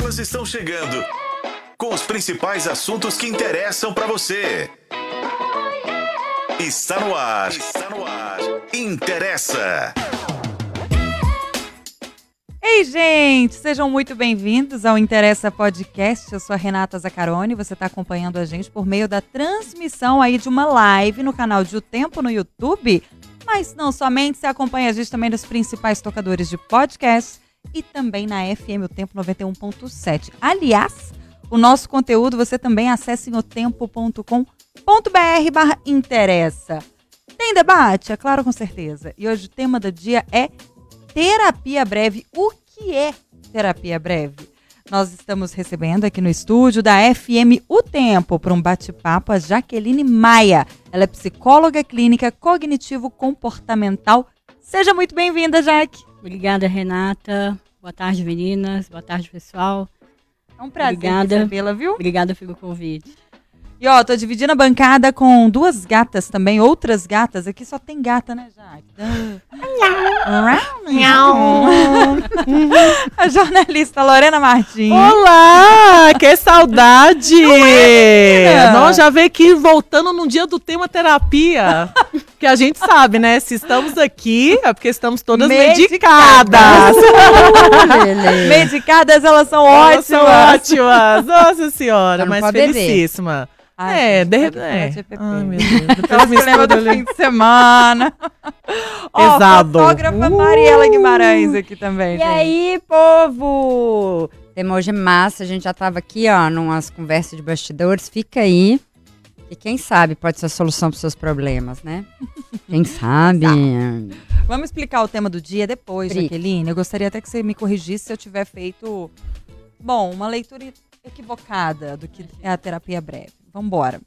exclusivas estão chegando com os principais assuntos que interessam para você. Está no ar. Interessa. Ei, gente, sejam muito bem-vindos ao Interessa Podcast. Eu sou a Renata Zaccaroni, você está acompanhando a gente por meio da transmissão aí de uma live no canal de O Tempo no YouTube, mas não somente, você acompanha a gente também nos principais tocadores de podcast e também na FM O Tempo 91.7. Aliás, o nosso conteúdo você também acessa em otempo.com.br/interessa. Tem debate? É claro, com certeza. E hoje o tema do dia é terapia breve. O que é terapia breve? Nós estamos recebendo aqui no estúdio da FM O Tempo para um bate-papo a Jaqueline Maia. Ela é psicóloga clínica cognitivo-comportamental. Seja muito bem-vinda, Jaque. Obrigada, Renata. Boa tarde, meninas. Boa tarde, pessoal. É um prazer recebê-la, viu? Obrigada pelo convite. E ó, tô dividindo a bancada com duas gatas também, outras gatas. Aqui só tem gata, né, Jaque? A jornalista Lorena Martins. Olá, que saudade! Nós já veio aqui voltando num dia do tema terapia. Que a gente sabe, né? Se estamos aqui, é porque estamos todas medicadas. Medicadas, elas são ótimas. São ótimas. Nossa senhora, Então, mas felicíssima. Ai, de repente. Ai, meu Deus. Ela se lembra do fim de semana. Pesado. Fotógrafa Mariela Guimarães aqui também. E aí, povo? O tema hoje é massa. A gente já tava aqui, ó, numas conversas de bastidores. Fica aí. E quem sabe pode ser a solução para os seus problemas, né? Quem sabe? Vamos explicar o tema do dia depois, Jaqueline. Eu gostaria até que você me corrigisse se eu tiver feito, uma leitura equivocada do que é a terapia breve. Vamos embora.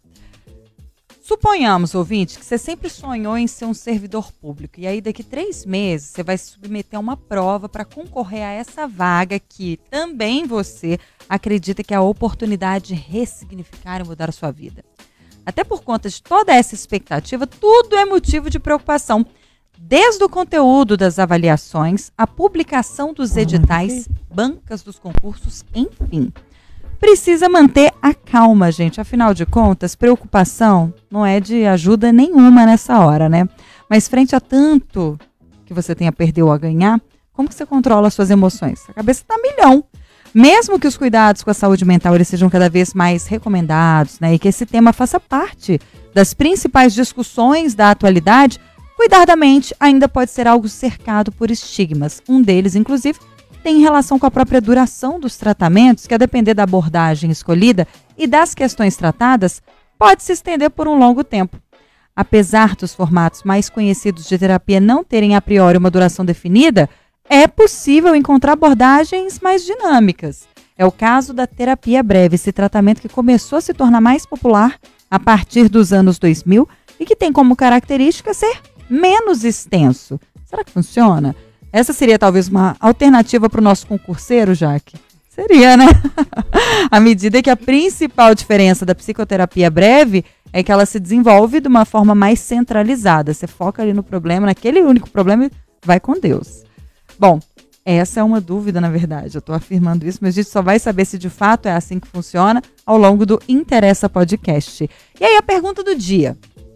Suponhamos, ouvinte, que você sempre sonhou em ser um servidor público. E aí, daqui 3 meses, você vai se submeter a uma prova para concorrer a essa vaga que também você acredita que é a oportunidade de ressignificar e mudar a sua vida. Até por conta de toda essa expectativa, tudo é motivo de preocupação. Desde o conteúdo das avaliações, a publicação dos editais, bancas dos concursos, enfim. Precisa manter a calma, gente. Afinal de contas, preocupação não é de ajuda nenhuma nessa hora, né? Mas frente a tanto que você tem a perder ou a ganhar, como que você controla as suas emoções? A cabeça está a milhão. Mesmo que os cuidados com a saúde mental eles sejam cada vez mais recomendados, né, e que esse tema faça parte das principais discussões da atualidade, cuidar da mente ainda pode ser algo cercado por estigmas. Um deles, inclusive, tem relação com a própria duração dos tratamentos, que a depender da abordagem escolhida e das questões tratadas, pode se estender por um longo tempo. Apesar dos formatos mais conhecidos de terapia não terem a priori uma duração definida, é possível encontrar abordagens mais dinâmicas. É o caso da terapia breve, esse tratamento que começou a se tornar mais popular a partir dos anos 2000 e que tem como característica ser menos extenso. Será que funciona? Essa seria talvez uma alternativa para o nosso concurseiro, Jaque? Seria, né? À medida que a principal diferença da psicoterapia breve é que ela se desenvolve de uma forma mais centralizada. Você foca ali no problema, naquele único problema e vai com Deus. Bom, essa é uma dúvida, na verdade. Eu estou afirmando isso, mas a gente só vai saber se de fato é assim que funciona ao longo do Interessa Podcast. E aí a pergunta do dia.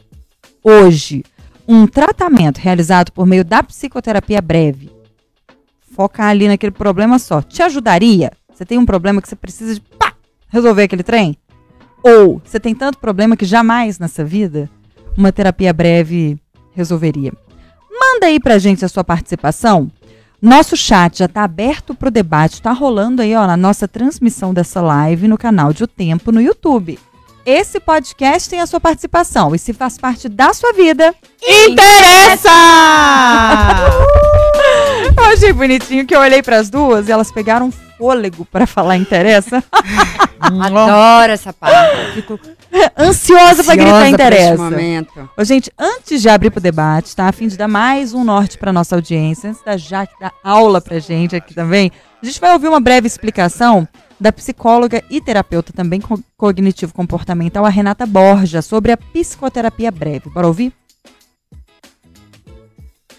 Hoje, um tratamento realizado por meio da psicoterapia breve, focar ali naquele problema só, te ajudaria? Você tem um problema que você precisa de resolver aquele trem? Ou você tem tanto problema que jamais nessa vida uma terapia breve resolveria? Manda aí pra gente a sua participação. Nosso chat já está aberto para o debate, está rolando aí na nossa transmissão dessa live no canal de O Tempo no YouTube. Esse podcast tem a sua participação e se faz parte da sua vida, interessa! Eu achei bonitinho que eu olhei para as duas e elas pegaram fôlego para falar interessa. Adoro essa parte. Fico ansiosa para gritar interessa. Ô, gente, antes de abrir para o debate, tá? A fim de dar mais um norte para nossa audiência, antes da Jaque dar aula para gente aqui também, a gente vai ouvir uma breve explicação da psicóloga e terapeuta também cognitivo-comportamental, a Renata Borja, sobre a psicoterapia breve. Bora ouvir?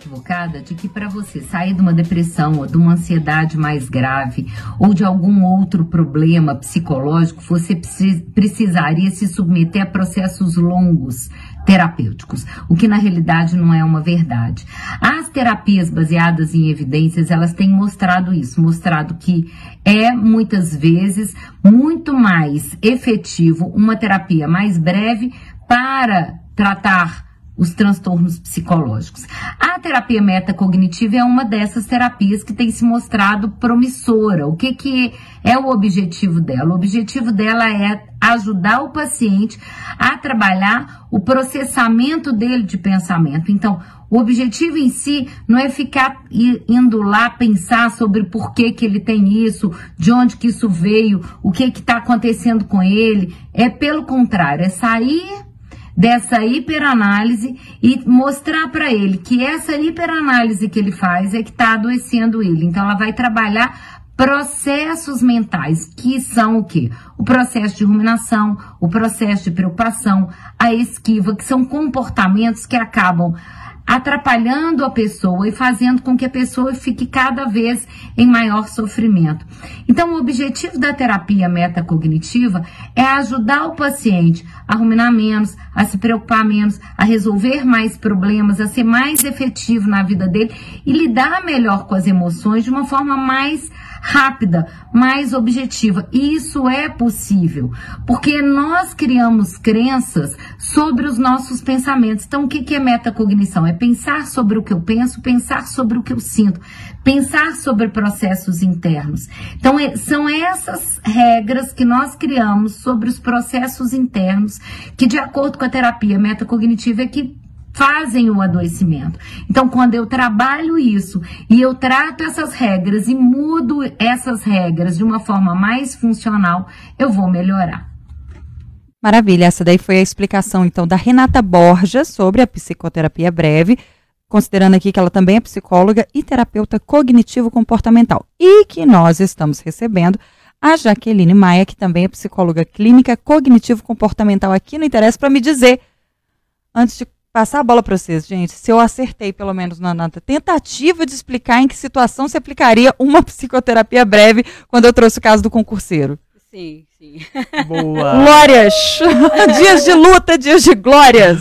equivocada de que para você sair de uma depressão ou de uma ansiedade mais grave ou de algum outro problema psicológico, você precisaria se submeter a processos longos terapêuticos, o que na realidade não é uma verdade. As terapias baseadas em evidências, elas têm mostrado isso, mostrado que é muitas vezes muito mais efetivo uma terapia mais breve para tratar os transtornos psicológicos. A terapia metacognitiva é uma dessas terapias que tem se mostrado promissora. O que é o objetivo dela? O objetivo dela é ajudar o paciente a trabalhar o processamento dele de pensamento. Então, o objetivo em si não é ficar indo lá pensar sobre por que ele tem isso, de onde que isso veio, o que está acontecendo com ele. É pelo contrário, é sair dessa hiperanálise e mostrar para ele que essa hiperanálise que ele faz é que está adoecendo ele. Então, ela vai trabalhar processos mentais, que são o quê? O processo de ruminação, o processo de preocupação, a esquiva, que são comportamentos que acabam atrapalhando a pessoa e fazendo com que a pessoa fique cada vez em maior sofrimento. Então, o objetivo da terapia metacognitiva é ajudar o paciente a ruminar menos, a se preocupar menos, a resolver mais problemas, a ser mais efetivo na vida dele e lidar melhor com as emoções de uma forma mais rápida, mais objetiva. E isso é possível, porque nós criamos crenças sobre os nossos pensamentos. Então, o que é metacognição? É pensar sobre o que eu penso, pensar sobre o que eu sinto, pensar sobre processos internos. Então, são essas regras que nós criamos sobre os processos internos, que de acordo com a terapia metacognitiva é que fazem o adoecimento. Então, quando eu trabalho isso e eu trato essas regras e mudo essas regras de uma forma mais funcional, eu vou melhorar. Maravilha, essa daí foi a explicação, então, da Renata Borja sobre a psicoterapia breve, considerando aqui que ela também é psicóloga e terapeuta cognitivo-comportamental. E que nós estamos recebendo a Jaqueline Maia, que também é psicóloga clínica cognitivo-comportamental aqui no Interessa, para me dizer, antes de passar a bola para vocês, gente, se eu acertei pelo menos na tentativa de explicar em que situação se aplicaria uma psicoterapia breve quando eu trouxe o caso do concurseiro. Sim, sim. Boa. Glórias! Dias de luta, dias de glórias!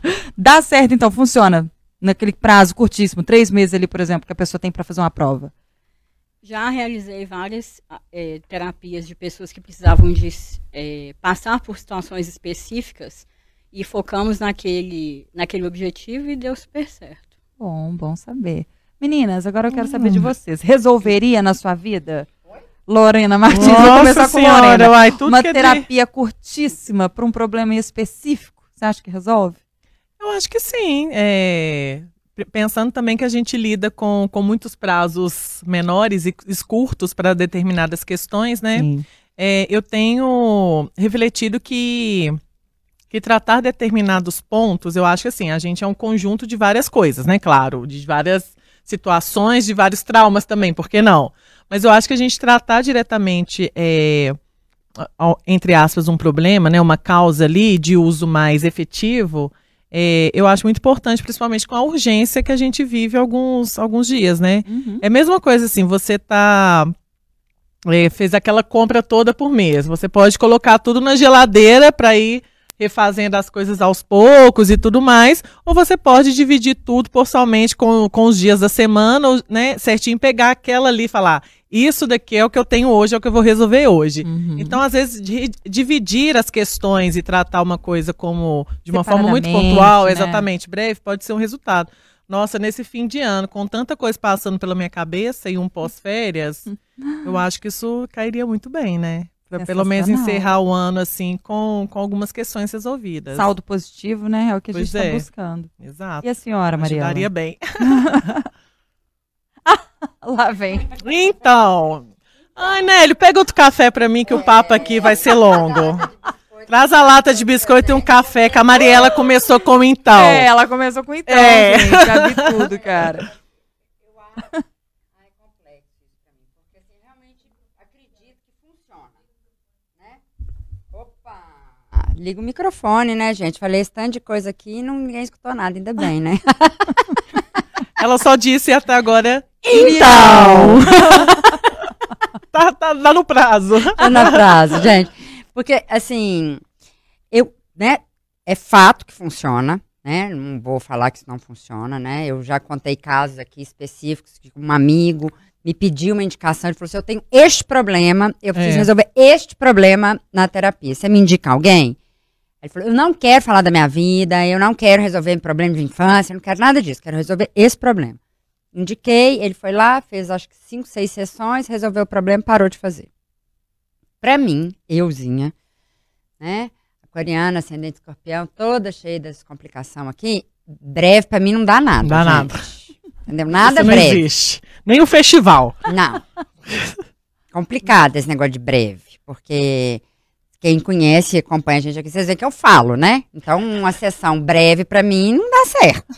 Dá certo, então, funciona naquele prazo curtíssimo, 3 meses ali, por exemplo, que a pessoa tem para fazer uma prova. Já realizei várias terapias de pessoas que precisavam de passar por situações específicas e focamos naquele objetivo e deu super certo. Bom saber. Meninas, agora eu quero saber de vocês. Resolveria na sua vida? Lorena Martins, vou começar com Lorena. Uai, tudo uma que terapia curtíssima para um problema específico, você acha que resolve? Eu acho que sim. Pensando também que a gente lida com muitos prazos menores e curtos para determinadas questões, né? Eu tenho refletido que tratar determinados pontos, eu acho que assim, a gente é um conjunto de várias coisas, né? Claro, de várias situações, de vários traumas também, por que não? Mas eu acho que a gente tratar diretamente, entre aspas, um problema, né? Uma causa ali de uso mais efetivo, eu acho muito importante, principalmente com a urgência que a gente vive alguns dias, né? É a mesma coisa assim, você fez aquela compra toda por mês, você pode colocar tudo na geladeira para ir refazendo as coisas aos poucos e tudo mais, ou você pode dividir tudo porçalmente com os dias da semana, né, certinho, pegar aquela ali e falar, isso daqui é o que eu tenho hoje, é o que eu vou resolver hoje. Então, às vezes, dividir as questões e tratar uma coisa como de uma forma muito pontual, né? Exatamente, breve, pode ser um resultado. Nossa, nesse fim de ano, com tanta coisa passando pela minha cabeça e um pós-férias, eu acho que isso cairia muito bem, né? Para pelo menos encerrar o ano assim com algumas questões resolvidas. Saldo positivo, né? É o que a gente está buscando. Exato. E a senhora, Mariela? Ajudaria bem. Lá vem. Então. Ai, Nélio, pega outro café para mim que o papo aqui vai ser longo. Traz a lata de biscoito e um café, que a Mariela começou com então. Ela começou com então, gente. Já vi tudo, cara. Liga o microfone, né, gente? Falei esse tanto de coisa aqui e ninguém escutou nada, ainda bem, né? Ela só disse até agora, Então! tá no prazo. Tá no prazo, gente. Porque, assim, é fato que funciona, né? Não vou falar que isso não funciona, né? Eu já contei casos aqui específicos que um amigo me pediu uma indicação, ele falou assim, eu tenho este problema, eu preciso resolver este problema na terapia. Você me indica alguém? Ele falou, eu não quero falar da minha vida, eu não quero resolver problema de infância, eu não quero nada disso, quero resolver esse problema. Indiquei, ele foi lá, fez acho que 5, 6 sessões, resolveu o problema, parou de fazer. Pra mim, euzinha, né, aquariana, ascendente escorpião, toda cheia dessa complicação aqui, breve pra mim não dá nada. Não dá nada. Entendeu? Nada Isso breve. não existe. Nem o festival. Não. Complicado esse negócio de breve, porque quem conhece e acompanha a gente aqui, vocês veem que eu falo, né? Então, uma sessão breve pra mim não dá certo,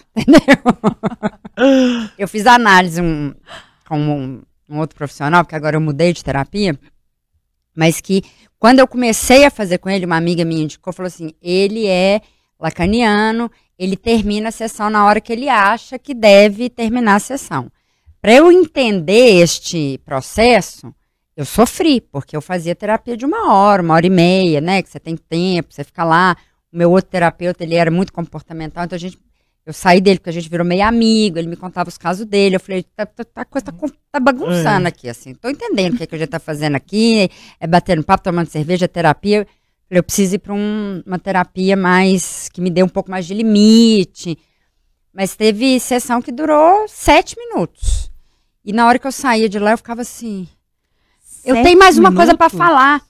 entendeu? Eu fiz análise com um outro profissional, porque agora eu mudei de terapia, mas que quando eu comecei a fazer com ele, uma amiga minha indicou, falou assim, ele é lacaniano, ele termina a sessão na hora que ele acha que deve terminar a sessão. Para eu entender este processo, eu sofri, porque eu fazia terapia de 1 hora e meia, né? Que você tem tempo, você fica lá. O meu outro terapeuta, ele era muito comportamental, então eu saí dele porque a gente virou meio amigo, ele me contava os casos dele, eu falei, a coisa tá bagunçando aqui, assim, tô entendendo o que a gente tá fazendo aqui, é batendo papo, tomando cerveja, terapia. Eu preciso ir para uma terapia mais, que me dê um pouco mais de limite. Mas teve sessão que durou 7 minutos. E na hora que eu saía de lá, eu ficava assim, eu tenho mais uma coisa para falar.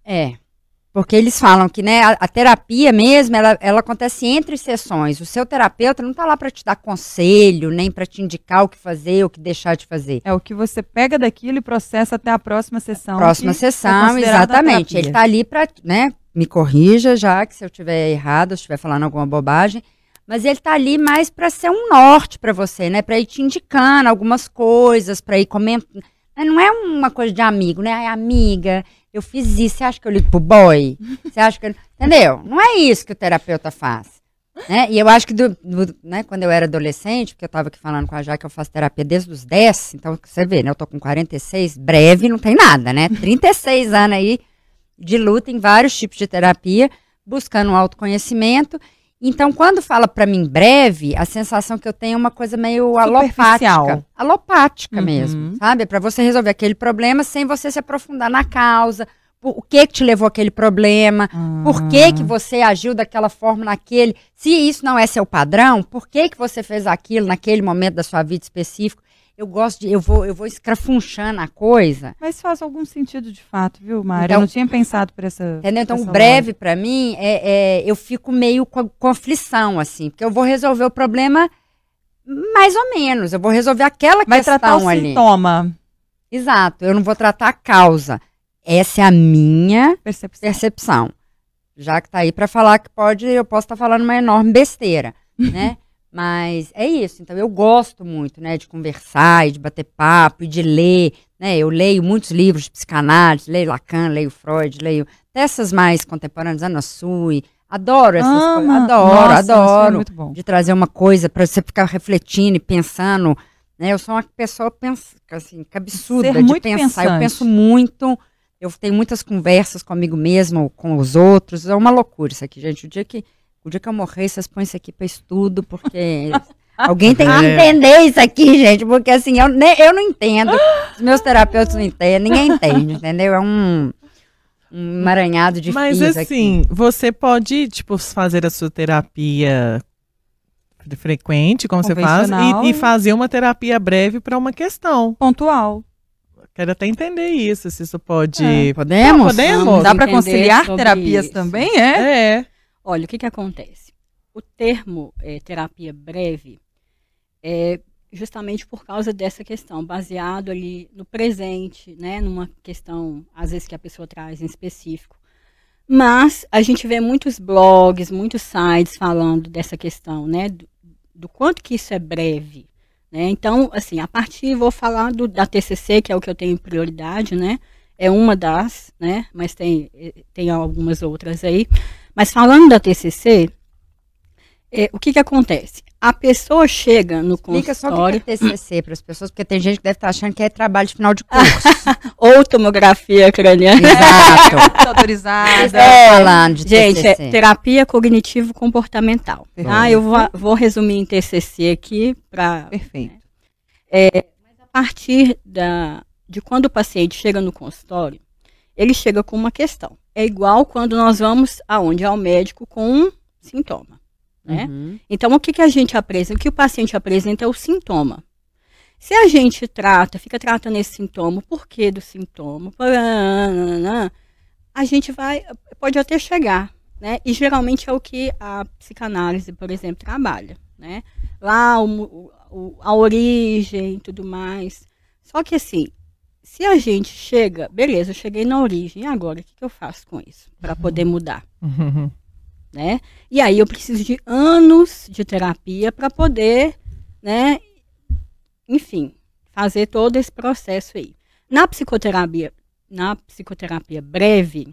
Porque eles falam que, né, a terapia mesmo, ela acontece entre sessões. O seu terapeuta não tá lá para te dar conselho, nem para te indicar o que fazer, o que deixar de fazer. É o que você pega daquilo e processa até a próxima sessão. Próxima sessão, exatamente. Ele tá ali para, né, me corrija já, que se eu estiver errado, se estiver falando alguma bobagem, mas ele tá ali mais para ser um norte para você, né, para ir te indicando algumas coisas, para ir comentando. Não é uma coisa de amigo, né? Ai, amiga, eu fiz isso, você acha que eu ligo pro boy? Você acha que eu... Entendeu? Não é isso que o terapeuta faz. Né? E eu acho que né, quando eu era adolescente, porque eu estava aqui falando com a Jaque, eu faço terapia desde os 10, então você vê, né? Eu tô com 46, breve não tem nada, né? 36 anos aí de luta em vários tipos de terapia, buscando um autoconhecimento. Então, quando fala pra mim breve, a sensação que eu tenho é uma coisa meio alopática. Alopática mesmo, sabe? Pra você resolver aquele problema sem você se aprofundar na causa. O que te levou àquele problema? Por que você agiu daquela forma naquele? Se isso não é seu padrão, por que você fez aquilo naquele momento da sua vida específico? Eu gosto de... Eu vou escrafunchando a coisa. Mas faz algum sentido de fato, viu, Mari? Então, eu não tinha pensado por essa... Entendeu? Então, o breve, pra mim, eu fico meio com aflição, assim. Porque eu vou resolver o problema mais ou menos. Eu vou resolver aquela Vai questão tratar o ali. sintoma. Exato. Eu não vou tratar a causa. Essa é a minha percepção. Já que tá aí pra falar que eu posso estar falando uma enorme besteira, né? Mas é isso, então eu gosto muito, né, de conversar e de bater papo e de ler, né, eu leio muitos livros de psicanálise, leio Lacan, leio Freud, leio até essas mais contemporâneas, Ana Sui, adoro essas coisas, adoro, muito bom. De trazer uma coisa para você ficar refletindo e pensando, né, eu sou uma pessoa assim, cabeçuda de muito pensar, pensante. eu penso muito, eu tenho muitas conversas comigo mesma, com os outros, é uma loucura isso aqui, gente, o dia que eu morrer, vocês põem isso aqui para estudo, porque alguém tem que entender isso aqui, gente, porque assim, eu não entendo, os meus terapeutas não entendem, ninguém entende, entendeu? É um emaranhado de Mas fios assim, aqui. você pode, tipo, fazer a sua terapia frequente, como você faz, e fazer uma terapia breve para uma questão. Pontual. Quero até entender isso, se isso pode... Podemos? Podemos? Dá para conciliar terapias isso. também, é? Olha, o que acontece? O termo terapia breve é justamente por causa dessa questão, baseado ali no presente, né, numa questão, às vezes, que a pessoa traz em específico. Mas a gente vê muitos blogs, muitos sites falando dessa questão, né, do quanto que isso é breve. Né? Então, assim, a partir, vou falar da TCC, que é o que eu tenho prioridade, né, é uma das, né, mas tem algumas outras aí. Mas falando da TCC, o que acontece? a pessoa chega no Explica só o consultório... que é TCC para as pessoas, porque tem gente que deve estar achando que é trabalho de final de curso. ou tomografia craniana. Exato. Autorizada. Falando de Gente, é TCC. terapia cognitivo-comportamental. Tá? Perfeito. Eu vou resumir em TCC aqui para... Perfeito. A partir de quando o paciente chega no consultório, ele chega com uma questão. É igual quando nós vamos aonde? Ao médico com um sintoma. Né? Uhum. Então, o que a gente apresenta? O que o paciente apresenta é o sintoma. Se a gente fica tratando esse sintoma, o porquê do sintoma, a gente pode até chegar, né? E geralmente é o que a psicanálise, por exemplo, trabalha, né? Lá a origem e tudo mais. Só que assim, se a gente chega, beleza, eu cheguei na origem, e agora o que eu faço com isso para poder mudar? Né? E aí eu preciso de anos de terapia para poder, né, enfim, fazer todo esse processo aí. Na psicoterapia breve,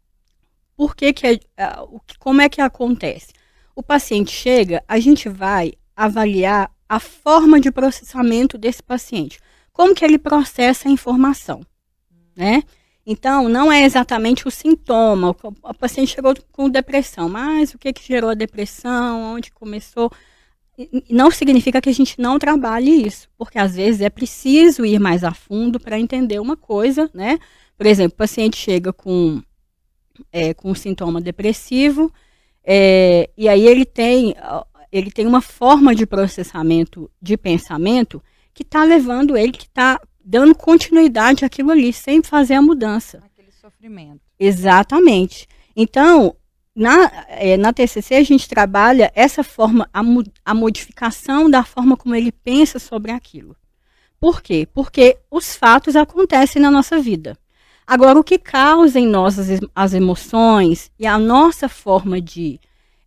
como é que acontece? O paciente chega, a gente vai avaliar a forma de processamento desse paciente. Como que ele processa a informação, né? Então, não é exatamente o sintoma. O paciente chegou com depressão, mas o que gerou a depressão, onde começou? Não significa que a gente não trabalhe isso, porque às vezes é preciso ir mais a fundo para entender uma coisa, né? Por exemplo, o paciente chega com um sintoma depressivo, e aí ele tem uma forma de processamento de pensamento que está levando ele, que está dando continuidade àquilo ali, sem fazer a mudança. Aquele sofrimento. Exatamente. Então, na TCC a gente trabalha essa forma, a modificação da forma como ele pensa sobre aquilo. Por quê? Porque os fatos acontecem na nossa vida. Agora, o que causa em nós as emoções e a nossa forma de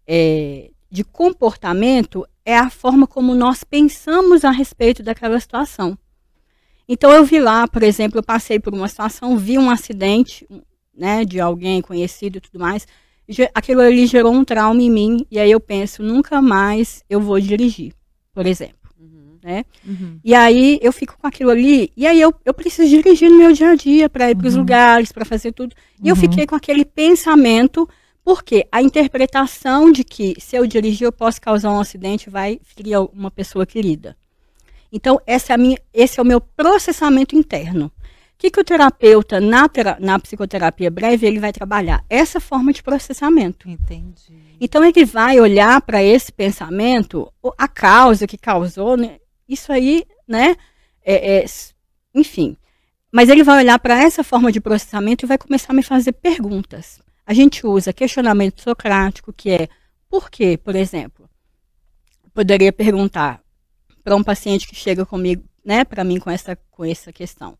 comportamento é a forma como nós pensamos a respeito daquela situação. Então, eu vi lá, por exemplo, eu passei por uma situação, vi um acidente, né, de alguém conhecido e tudo mais, aquilo ali gerou um trauma em mim, e aí eu penso, nunca mais eu vou dirigir, por exemplo. Né? E aí eu fico com aquilo ali, e aí eu preciso dirigir no meu dia a dia, para ir para os lugares, para fazer tudo. E eu fiquei com aquele pensamento, porque a interpretação de que se eu dirigir eu posso causar um acidente, vai ferir uma pessoa querida. Então, esse é o meu processamento interno. O que o terapeuta, na psicoterapia breve, ele vai trabalhar? Essa forma de processamento. Entendi. Então, ele vai olhar para esse pensamento, a causa que causou, né? Isso aí, né? Enfim. Mas ele vai olhar para essa forma de processamento e vai começar a me fazer perguntas. A gente usa questionamento socrático, que é, por quê, por exemplo? Poderia perguntar para um paciente que chega comigo, né, para mim com essa questão.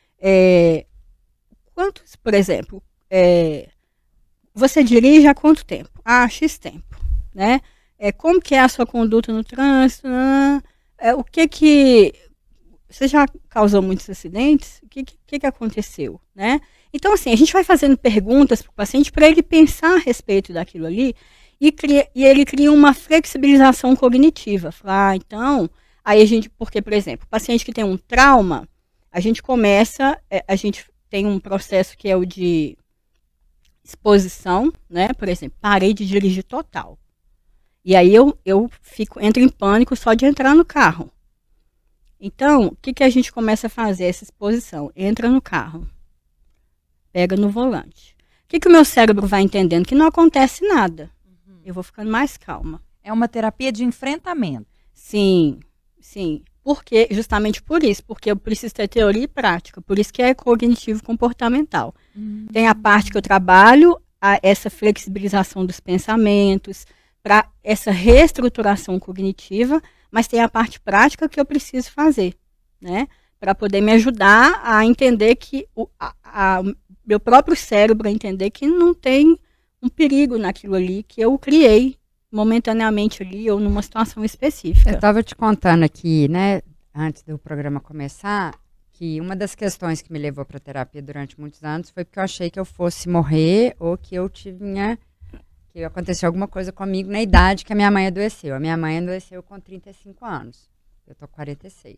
Quantos, por exemplo, você dirige há quanto tempo? X tempo, né? Como que é a sua conduta no trânsito? O que você já causou muitos acidentes? O que aconteceu, né? Então, assim, a gente vai fazendo perguntas para o paciente para ele pensar a respeito daquilo ali e ele cria uma flexibilização cognitiva. Falar, então, aí porque, por exemplo, o paciente que tem um trauma, a gente tem um processo que é o de exposição, né? Por exemplo, parei de dirigir total. E aí eu entro em pânico só de entrar no carro. Então, o que a gente começa a fazer? Essa exposição. Entra no carro. Pega no volante. O que o meu cérebro vai entendendo? Que não acontece nada. Eu vou ficando mais calma. É uma terapia de enfrentamento. Sim, sim. Justamente por isso. Porque eu preciso ter teoria e prática. Por isso que é cognitivo comportamental. Tem a parte que eu trabalho, essa flexibilização dos pensamentos, para essa reestruturação cognitiva, mas tem a parte prática que eu preciso fazer, né? Para poder me ajudar a entender que meu próprio cérebro entender que não tem um perigo naquilo ali que eu criei momentaneamente ali ou numa situação específica. Eu estava te contando aqui, né, antes do programa começar, que uma das questões que me levou para terapia durante muitos anos foi porque eu achei que eu fosse morrer ou que eu porque aconteceu alguma coisa comigo na idade que a minha mãe adoeceu. A minha mãe adoeceu com 35 anos. Eu tô com 46.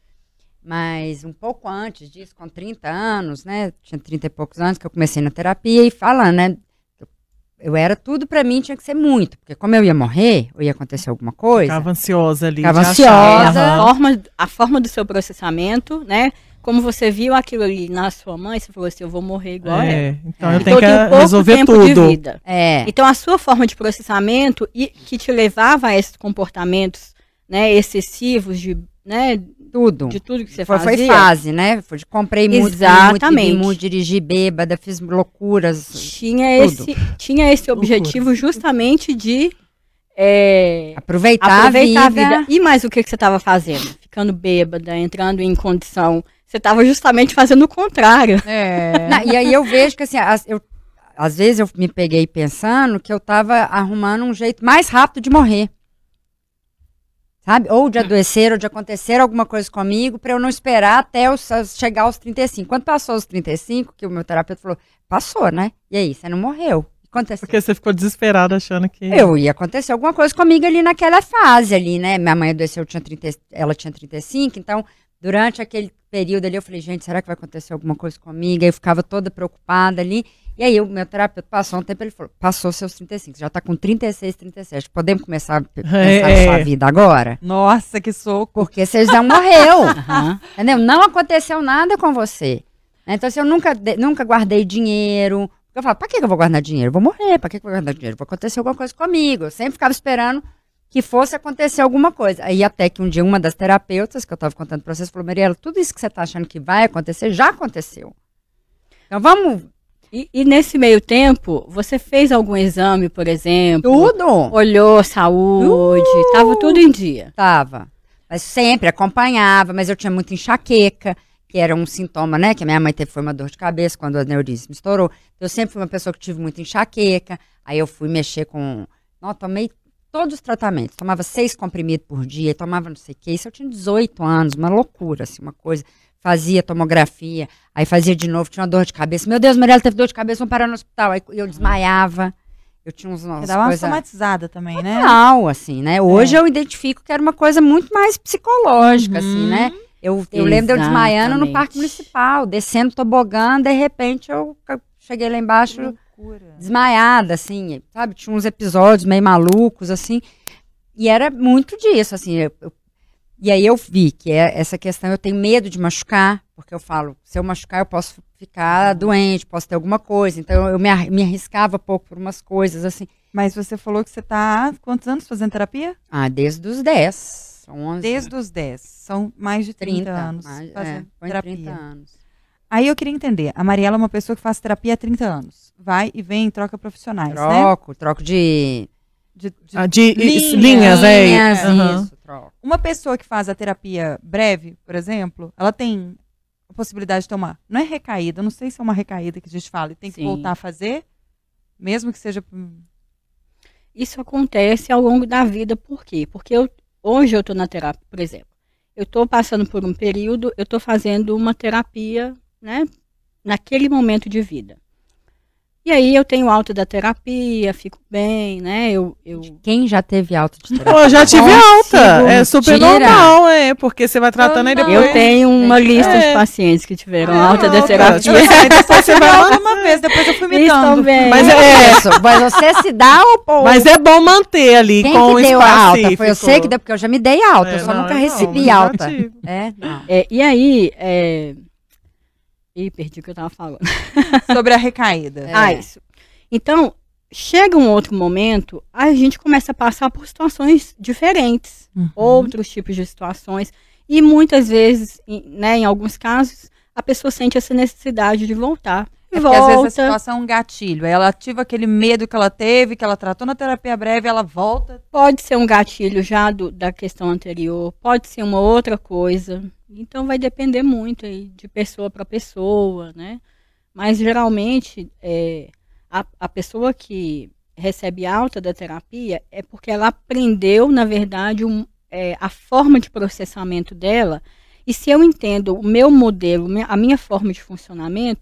Mas um pouco antes disso, com 30 anos, né? Tinha 30 e poucos anos que eu comecei na terapia e falando, né? Eu era tudo pra mim, tinha que ser muito. Porque como eu ia morrer, ou ia acontecer alguma coisa... Ficava ansiosa ali. Ficava de achar. ansiosa. A forma do seu processamento, né? Como você viu aquilo ali na sua mãe, você falou assim, eu vou morrer igual ela. Então eu Então tenho que pouco resolver tempo tudo. de vida. É. Então a sua forma de processamento e que te levava a esses comportamentos, né, excessivos Tudo. de tudo que você Foi fazia. fase, né? Comprei muito, Exatamente. bebi muito, dirigi bêbada, fiz loucuras. Tinha esse objetivo justamente de Aproveitar a vida. E mais o que você estava fazendo? Ficando bêbada, entrando em condição. Você estava justamente fazendo o contrário. E aí eu vejo que assim, às vezes eu me peguei pensando que eu estava arrumando um jeito mais rápido de morrer. Sabe? Ou de adoecer, ou de acontecer alguma coisa comigo, para eu não esperar até eu chegar aos 35. Quando passou os 35, que o meu terapeuta falou, passou, né? E aí, você não morreu. Aconteceu. Porque você ficou desesperada achando que... Eu ia acontecer alguma coisa comigo ali naquela fase ali, né? Minha mãe adoeceu, ela tinha 35, então durante aquele período ali eu falei, gente, será que vai acontecer alguma coisa comigo? Aí eu ficava toda preocupada ali. E aí o meu terapeuta passou um tempo, ele falou, passou seus 35, já tá com 36, 37, podemos começar a pensar na sua vida agora? Nossa, que soco. Porque você já morreu, entendeu? Não aconteceu nada com você. Então, se eu nunca guardei dinheiro, eu falo, pra que eu vou guardar dinheiro? Eu vou morrer, pra que eu vou guardar dinheiro? Vai acontecer alguma coisa comigo. Eu sempre ficava esperando que fosse acontecer alguma coisa. Aí até que um dia uma das terapeutas, que eu tava contando pra vocês, falou, Mariela, tudo isso que você tá achando que vai acontecer, já aconteceu. Então vamos... E nesse meio tempo, você fez algum exame, por exemplo? Tudo. Olhou saúde, estava tudo em dia. Tava. Mas sempre acompanhava, mas eu tinha muita enxaqueca, que era um sintoma, né? Que a minha mãe teve, foi uma dor de cabeça quando o aneurisma estourou. Eu sempre fui uma pessoa que tive muita enxaqueca. Aí eu fui mexer com... Não, tomei todos os tratamentos. Tomava 6 comprimidos por dia, tomava não sei o que. Isso eu tinha 18 anos, uma loucura, assim, uma coisa... Fazia tomografia, aí fazia de novo, tinha uma dor de cabeça. Meu Deus, Mariela teve dor de cabeça, vamos parar no hospital. Aí eu desmaiava. Eu tinha uns Você dava uma somatizada também, né? Não, assim, né? Hoje eu identifico que era uma coisa muito mais psicológica, assim, né? Eu lembro de eu desmaiando no Parque Municipal, descendo tobogã, de repente eu cheguei lá embaixo desmaiada, assim, sabe? Tinha uns episódios meio malucos, assim. E era muito disso, assim, e aí eu vi que essa questão, eu tenho medo de machucar, porque eu falo, se eu machucar eu posso ficar doente, posso ter alguma coisa. Então eu me arriscava pouco por umas coisas, assim. Mas você falou que você tá há quantos anos fazendo terapia? Desde os 10. São 11. Desde os 10. São mais de 30 anos fazendo terapia. 30 anos. Aí eu queria entender, a Mariela é uma pessoa que faz terapia há 30 anos. Vai e vem em troca profissionais, né? Troco de linhas, isso, troco. Uma pessoa que faz a terapia breve, por exemplo, ela tem a possibilidade de tomar. Não é recaída, não sei se é uma recaída que a gente fala, e tem que voltar a fazer, mesmo que seja... Isso acontece ao longo da vida, por quê? Porque hoje eu estou na terapia, por exemplo, eu estou passando por um período, eu estou fazendo uma terapia, né, naquele momento de vida. E aí eu tenho alta da terapia, fico bem, né? Quem já teve alta de terapia? Eu já tive alta. É super normal, porque você vai tratando aí depois. Eu tenho uma lista de pacientes que tiveram alta da terapia. Aí depois você vai lá uma vez, depois eu fui me dando. Mas você se dá ou... Mas é bom manter ali com o espaço. Alta? Foi você que deu, porque eu já me dei alta, eu só nunca recebi alta. E aí... perdi o que eu tava falando. Sobre a recaída. Isso. Então, chega um outro momento, a gente começa a passar por situações diferentes. Outros tipos de situações. E muitas vezes, né, em alguns casos, a pessoa sente essa necessidade de voltar. Porque às vezes a situação é um gatilho. Aí ela ativa aquele medo que ela teve, que ela tratou na terapia breve, ela volta. Pode ser um gatilho já da questão anterior, pode ser uma outra coisa. Então vai depender muito aí de pessoa para pessoa, né? Mas geralmente a pessoa que recebe alta da terapia é porque ela aprendeu, na verdade, a forma de processamento dela. E se eu entendo o meu modelo, a minha forma de funcionamento,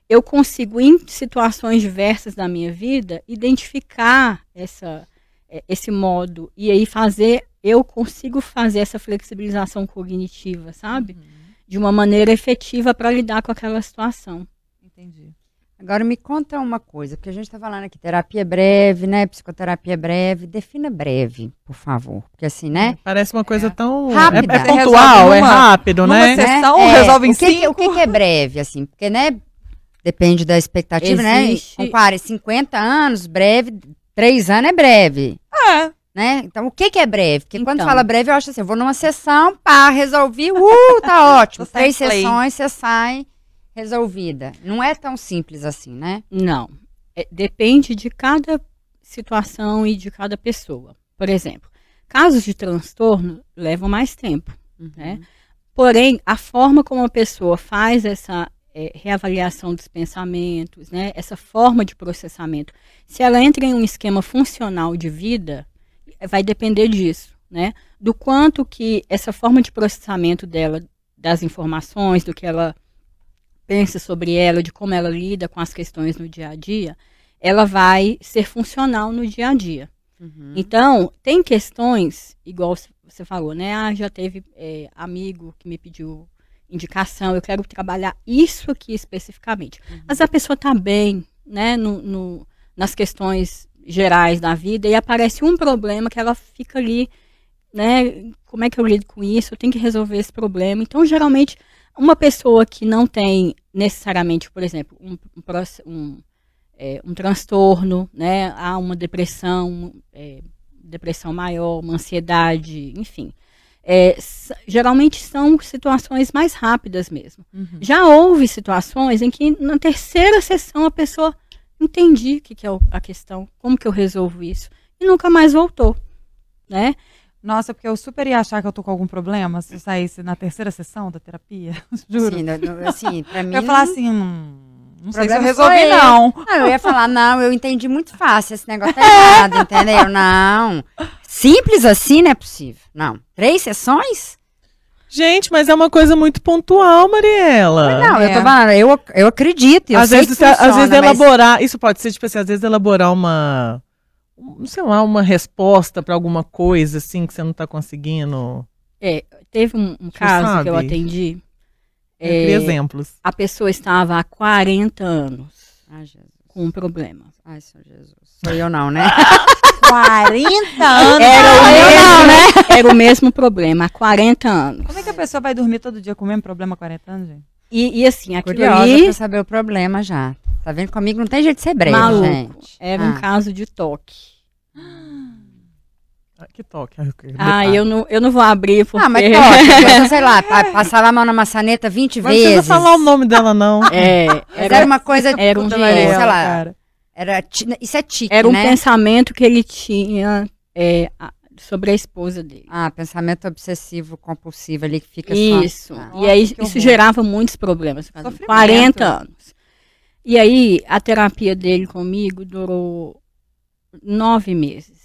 eu consigo, em situações diversas da minha vida, identificar esse modo e aí eu consigo fazer essa flexibilização cognitiva, sabe? De uma maneira efetiva para lidar com aquela situação. Entendi. Agora me conta uma coisa, porque a gente está falando aqui, terapia breve, né? Psicoterapia breve. Defina breve, por favor. Porque assim, né? Parece uma coisa tão... rápida. É pontual, é rápido, numa né? sessão, resolve em 5. O que é breve, assim? Porque, né? Depende da expectativa, Existe... né? Com 50 anos, breve, 3 anos é breve. Né? Então, o que é breve? Porque quando fala breve, eu acho assim, eu vou numa sessão, pá, resolvi, tá ótimo. 3 sessões, você sai resolvida. Não é tão simples assim, né? Não. Depende de cada situação e de cada pessoa. Por exemplo, casos de transtorno levam mais tempo, né? Porém, a forma como a pessoa faz essa reavaliação dos pensamentos, né? Essa forma de processamento, se ela entra em um esquema funcional de vida, vai depender disso, né? Do quanto que essa forma de processamento dela, das informações, do que ela pensa sobre ela, de como ela lida com as questões no dia a dia, ela vai ser funcional no dia a dia. Então, tem questões, igual você falou, né? Já teve amigo que me pediu indicação, eu quero trabalhar isso aqui especificamente. Mas a pessoa está bem, né? Nas questões gerais da vida e aparece um problema que ela fica ali, né? Como é que eu lido com isso? Eu tenho que resolver esse problema. Então, geralmente, uma pessoa que não tem necessariamente, por exemplo, um transtorno, né? Há uma depressão, depressão maior, uma ansiedade, enfim. Geralmente são situações mais rápidas mesmo. Já houve situações em que na terceira sessão a pessoa entendi o que é a questão, como que eu resolvo isso, e nunca mais voltou, né? Nossa, porque eu super ia achar que eu tô com algum problema se eu saísse na terceira sessão da terapia, juro. Sim, assim, pra mim... Eu ia falar assim, não sei se eu problema resolvi, sou eu. não. Eu ia falar, não, eu entendi muito fácil, esse negócio tá errado, entendeu? Não, simples assim não é possível. Não, 3 sessões? Gente, mas é uma coisa muito pontual, Mariela. Não, eu tô falando, eu acredito, eu às sei vezes, que funciona, às vezes mas... elaborar, isso pode ser, tipo assim, às vezes elaborar sei lá, uma resposta pra alguma coisa, assim, que você não tá conseguindo. Teve um caso que eu atendi. Eu queria exemplos. A pessoa estava há 40 anos com um problema. Ai, Senhor Jesus. Sou eu não, né? 40 anos? Era o mesmo problema, há 40 anos. Como é que a pessoa vai dormir todo dia com o mesmo problema há 40 anos, gente? E assim, aquilo Curiosa ali... pra saber o problema já. Tá vendo? Comigo não tem jeito de ser breve, maluco, gente. Era um caso de toque. Que toque. Eu não vou abrir porque... mas toque, sei lá, passava a mão na maçaneta 20 Mas vezes. não precisa falar o nome dela, não. Era uma coisa, era um sei Mariela, lá, cara. isso é tique, era um né? pensamento que ele tinha sobre a esposa dele. Pensamento obsessivo compulsivo ali que fica isso. só... E aí isso gerava muitos problemas. Sofrimento. 40 anos. E aí a terapia dele comigo durou 9 meses.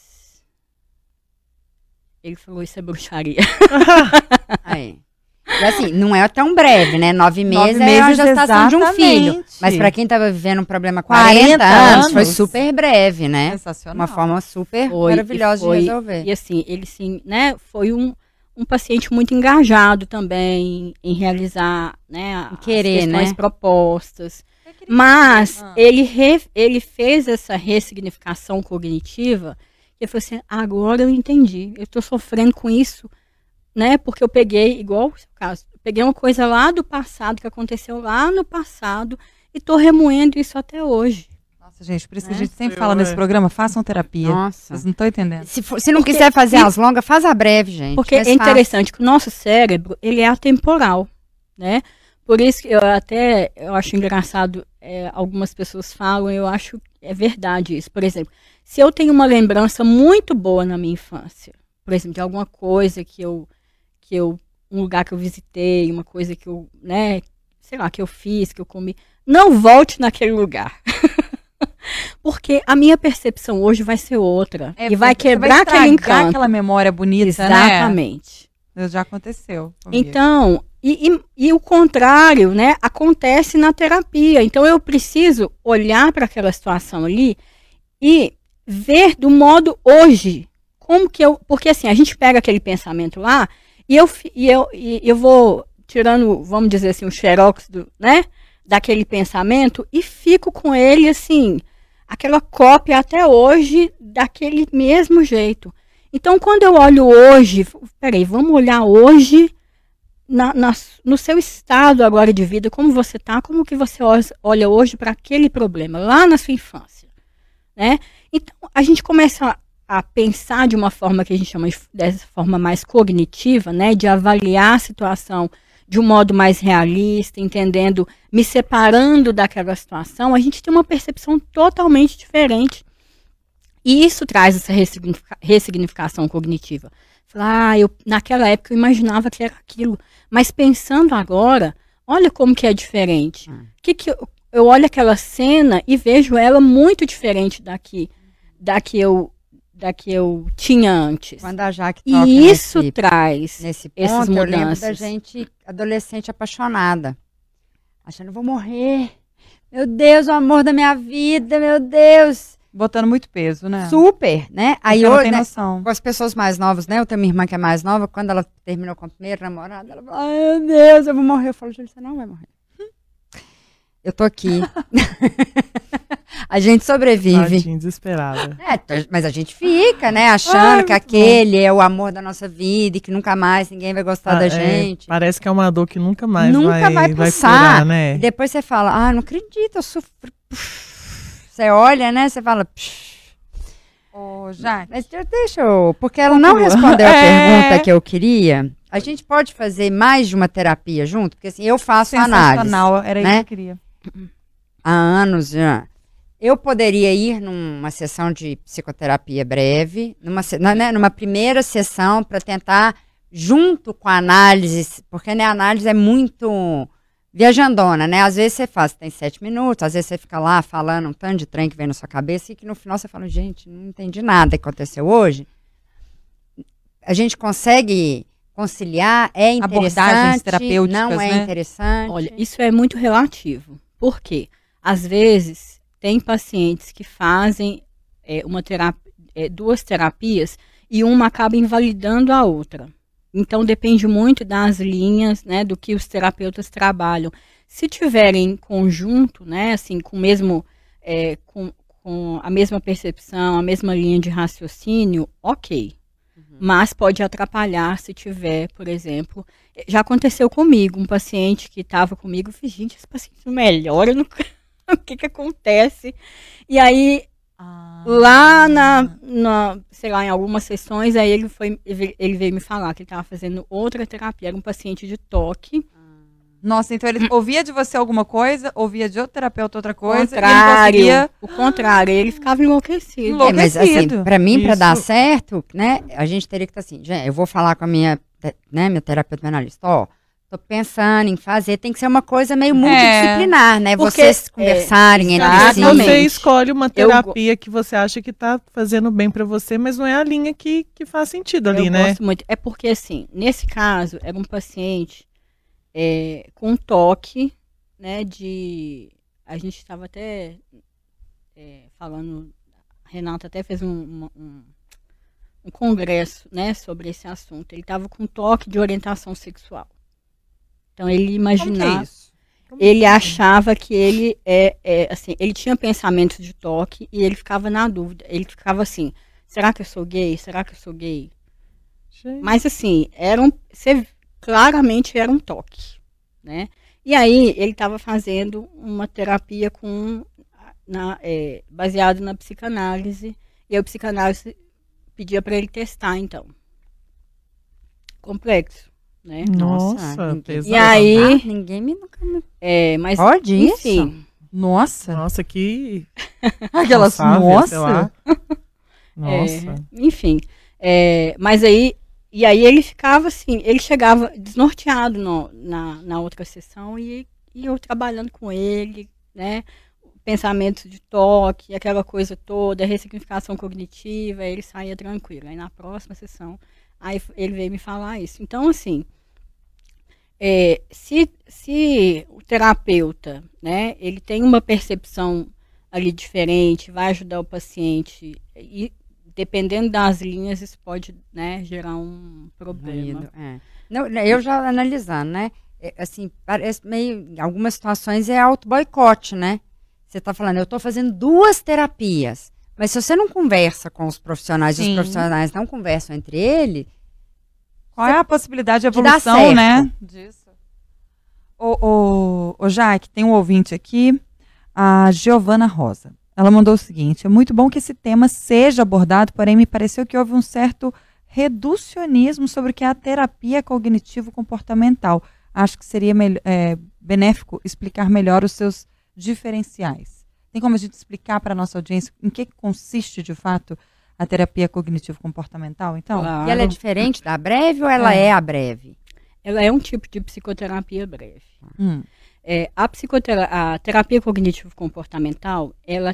Ele falou, isso é bruxaria. Aí. E assim, não é tão breve, né? 9 meses é a gestação de um filho. Mas pra quem tava vivendo um problema 40 anos, foi super breve, né? Sensacional. Uma forma super maravilhosa de resolver. E assim, ele sim, né? Foi um paciente muito engajado também em realizar, né? As questões propostas. Mas ele fez essa ressignificação cognitiva. Ele falou assim, agora eu entendi, eu estou sofrendo com isso, né? Porque eu peguei, igual o seu caso, eu peguei uma coisa lá do passado, que aconteceu lá no passado, e estou remoendo isso até hoje. Nossa, gente, por isso que a gente sempre fala nesse programa, façam terapia. Nossa. Vocês não estão entendendo. Se não quiser fazer as longas, faz a breve, gente. Porque é interessante que o nosso cérebro, ele é atemporal, né? Por isso que eu acho engraçado, algumas pessoas falam, eu acho que é verdade isso. Por exemplo, se eu tenho uma lembrança muito boa na minha infância, por exemplo, de alguma coisa um lugar que eu visitei, uma coisa que eu, né, sei lá, que eu fiz, que eu comi, não volte naquele lugar. Porque a minha percepção hoje vai ser outra. E vai quebrar aquele encanto. Aquela memória bonita, exatamente. Né? Já aconteceu comigo. Então, E o contrário, né, acontece na terapia. Então eu preciso olhar para aquela situação ali e ver do modo hoje, como que porque assim, a gente pega aquele pensamento lá e eu vou tirando, vamos dizer assim, o xerox né, daquele pensamento e fico com ele assim, aquela cópia até hoje daquele mesmo jeito. Então quando eu olho hoje, peraí, vamos olhar hoje no seu estado agora de vida, como você está, como que você olha hoje para aquele problema, lá na sua infância, né? Então, a gente começa a pensar de uma forma que a gente chama dessa forma mais cognitiva, né? De avaliar a situação de um modo mais realista, entendendo, me separando daquela situação, a gente tem uma percepção totalmente diferente. E isso traz essa ressignificação cognitiva. Naquela época eu imaginava que era aquilo, mas pensando agora, olha como que é diferente. Eu olho aquela cena e vejo ela muito diferente da que eu tinha antes. Quando a Jaque toca e isso traz nesse ponto, essas eu lembro mudanças. da gente, adolescente apaixonada, achando, vou morrer. Meu Deus, o amor da minha vida, meu Deus. Botando muito peso, né? Super, né? Aí eu eu, não tenho né, noção. com as pessoas mais novas, né? Eu tenho minha irmã que é mais nova, quando ela terminou com o primeiro namorado, ela falou, ai meu Deus, eu vou morrer. Eu falo, Júlia, você não vai morrer. Eu tô aqui. A gente sobrevive. Tadinha, desesperada. Mas a gente fica, né? Achando que aquele é o amor da nossa vida e que nunca mais ninguém vai gostar da gente. Parece que é uma dor que nunca mais vai passar. curar, né? E depois você fala, não acredito, eu sofro. Você olha, né? Você fala... Ô, Jaque. Mas deixa eu... Porque ela não respondeu a pergunta que eu queria. A gente pode fazer mais de uma terapia junto? Porque assim, eu faço análise. Era né? isso que eu queria. Há anos já. Eu poderia ir numa sessão de psicoterapia breve, numa primeira sessão para tentar, junto com a análise, porque né, a análise é muito viajandona, né? Às vezes você tem 7 minutos, às vezes você fica lá falando um tanto de trem que vem na sua cabeça e que no final você fala, gente, não entendi nada que aconteceu hoje. A gente consegue conciliar, é interessante, abordagens terapêuticas, não é né? interessante. Olha, isso é muito relativo. Por quê? Às vezes, tem pacientes que fazem duas terapias e uma acaba invalidando a outra. Então, depende muito das linhas, né, do que os terapeutas trabalham. Se tiverem em conjunto, né, assim, com a mesma percepção, a mesma linha de raciocínio, ok. Mas pode atrapalhar se tiver, por exemplo... Já aconteceu comigo, um paciente que estava comigo, eu fiz, gente, esse paciente não melhora, o que acontece? E aí, lá sei lá, em algumas sessões, aí ele veio me falar que ele estava fazendo outra terapia, era um paciente de toque. Nossa, então ele ouvia de você alguma coisa, ouvia de outro terapeuta outra coisa, O contrário, ele ficava enlouquecido. Mas assim, pra mim, pra dar certo, né, a gente teria que estar assim, gente, eu vou falar com a minha terapeuta analista, tô pensando em fazer, tem que ser uma coisa meio multidisciplinar, né, vocês conversarem entre si. Você escolhe uma terapia que você acha que tá fazendo bem pra você, mas não é a linha que faz sentido ali, né? Eu gosto muito, é porque assim, nesse caso, era um paciente com toque, né, a gente estava até falando, a Renata até fez um congresso, né, sobre esse assunto. Ele estava com toque de orientação sexual. Então ele imaginava, ele achava que ele assim, ele tinha pensamentos de toque e ele ficava na dúvida. Ele ficava assim, será que eu sou gay? Será que eu sou gay? Gente. Mas assim, claramente era um toque, né? E aí ele estava fazendo uma terapia baseado na psicanálise, e a psicanálise pedia para ele testar, então. Complexo, né? Nossa, pesado. E aí... ninguém nunca me... mas, pode enfim, isso? Nossa, que... Aquelas, nossa. Nossa. Enfim, mas aí... E aí ele ficava assim, ele chegava desnorteado na outra sessão e eu trabalhando com ele, né? Pensamentos de toque, aquela coisa toda, ressignificação cognitiva, aí ele saía tranquilo. Aí na próxima sessão, aí ele veio me falar isso. Então, assim, Se o terapeuta, né, ele tem uma percepção ali diferente, vai ajudar o paciente e dependendo das linhas isso pode, né, gerar um problema. Não, eu já analisando, né? Assim, parece meio, em algumas situações é auto-boicote, né? Você está falando, eu estou fazendo 2 terapias, mas se você não conversa com os profissionais, e os profissionais não conversam entre eles, qual é a possibilidade de evolução, né? Disso. Ô, Jaque, tem um ouvinte aqui, a Giovana Rosa. Ela mandou o seguinte: é muito bom que esse tema seja abordado, porém me pareceu que houve um certo reducionismo sobre o que é a terapia cognitivo-comportamental. Acho que seria benéfico explicar melhor os seus diferenciais. Tem como a gente explicar para a nossa audiência em que consiste, de fato, a terapia cognitivo-comportamental, então? Claro. E ela é diferente da breve ou ela é a breve? Ela é um tipo de psicoterapia breve. A terapia cognitivo-comportamental, ela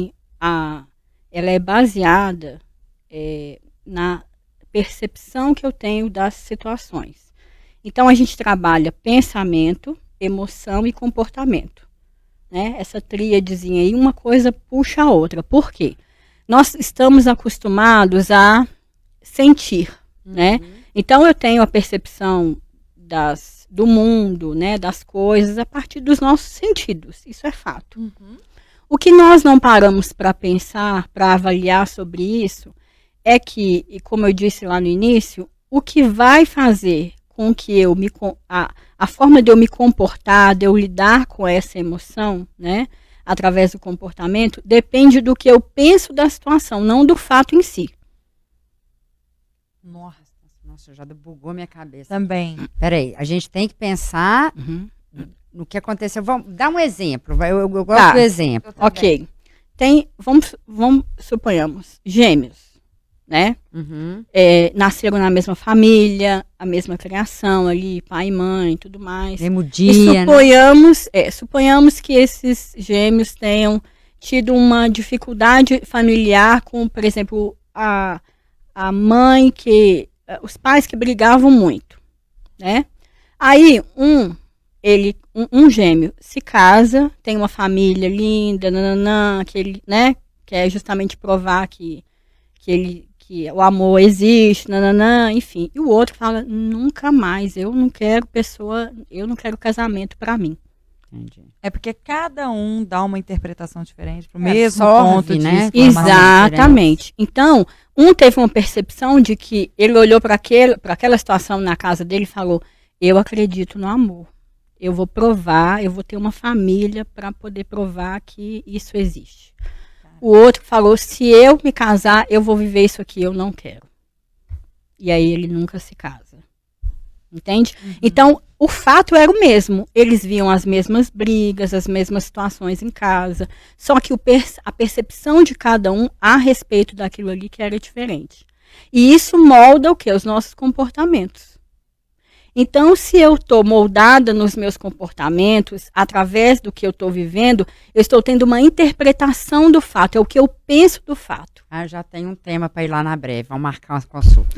é baseada na percepção que eu tenho das situações. Então, a gente trabalha pensamento, emoção e comportamento. Né? Essa tríadezinha aí, uma coisa puxa a outra. Por quê? Nós estamos acostumados a sentir, né? Então, eu tenho a percepção do mundo, né, das coisas, a partir dos nossos sentidos. Isso é fato. O que nós não paramos para pensar, para avaliar sobre isso, é que, e como eu disse lá no início, o que vai fazer com que a forma de eu me comportar, de eu lidar com essa emoção, né, através do comportamento, depende do que eu penso da situação, não do fato em si. Nossa, já bugou minha cabeça. Também. Peraí, a gente tem que pensar no que aconteceu. Vamos dar um exemplo. Eu gosto do exemplo. Ok. Vamos suponhamos, gêmeos, né? Nasceram na mesma família, a mesma criação ali, pai e mãe, tudo mais. Mesmo dia, e suponhamos que esses gêmeos tenham tido uma dificuldade familiar com, por exemplo, a mãe os pais que brigavam muito, né? Aí um gêmeo se casa, tem uma família linda, né? Que é justamente provar que o amor existe, enfim. E o outro fala, nunca mais, eu não quero casamento para mim. Entendi. É porque cada um dá uma interpretação diferente pro mesmo ponto, né? Exatamente. Então, um teve uma percepção de que ele olhou para aquela situação na casa dele e falou, eu acredito no amor. Eu vou provar, eu vou ter uma família para poder provar que isso existe. O outro falou, se eu me casar, eu vou viver isso aqui, eu não quero. E aí ele nunca se casa. Entende? Então, o fato era o mesmo. Eles viam as mesmas brigas, as mesmas situações em casa. Só que a percepção de cada um a respeito daquilo ali que era diferente. E isso molda o quê? Os nossos comportamentos. Então, se eu estou moldada nos meus comportamentos, através do que eu estou vivendo, eu estou tendo uma interpretação do fato. É o que eu penso do fato. Já tenho um tema para ir lá na breve. Vamos marcar umas consultas.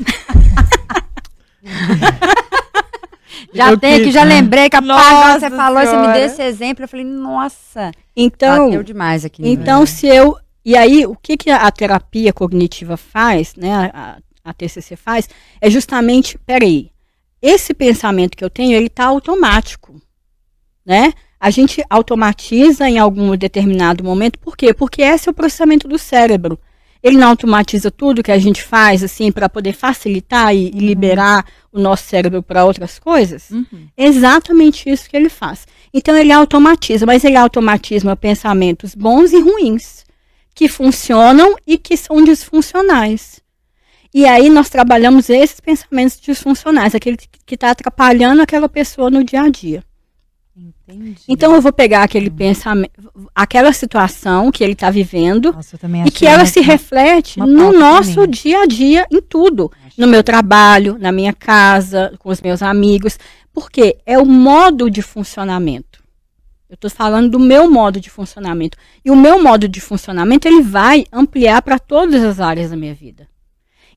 Já lembrei que você falou, você me deu esse exemplo, eu falei, nossa, então, bateu demais aqui. Então, e aí, o que a terapia cognitiva faz, né, a TCC faz, é justamente, peraí, esse pensamento que eu tenho, ele está automático, né? A gente automatiza em algum determinado momento, por quê? Porque esse é o processamento do cérebro. Ele não automatiza tudo que a gente faz, assim, para poder facilitar e liberar o nosso cérebro para outras coisas? É exatamente isso que ele faz. Então, ele automatiza, mas ele automatiza pensamentos bons e ruins, que funcionam e que são disfuncionais. E aí, nós trabalhamos esses pensamentos disfuncionais, aquele que está atrapalhando aquela pessoa no dia a dia. Entendi. Então, eu vou pegar aquele pensamento, aquela situação que ele está vivendo, e que ela se reflete no nosso dia a dia, em tudo. No meu trabalho, na minha casa, com os meus amigos. Porque é o modo de funcionamento. Eu estou falando do meu modo de funcionamento. E o meu modo de funcionamento, ele vai ampliar para todas as áreas da minha vida.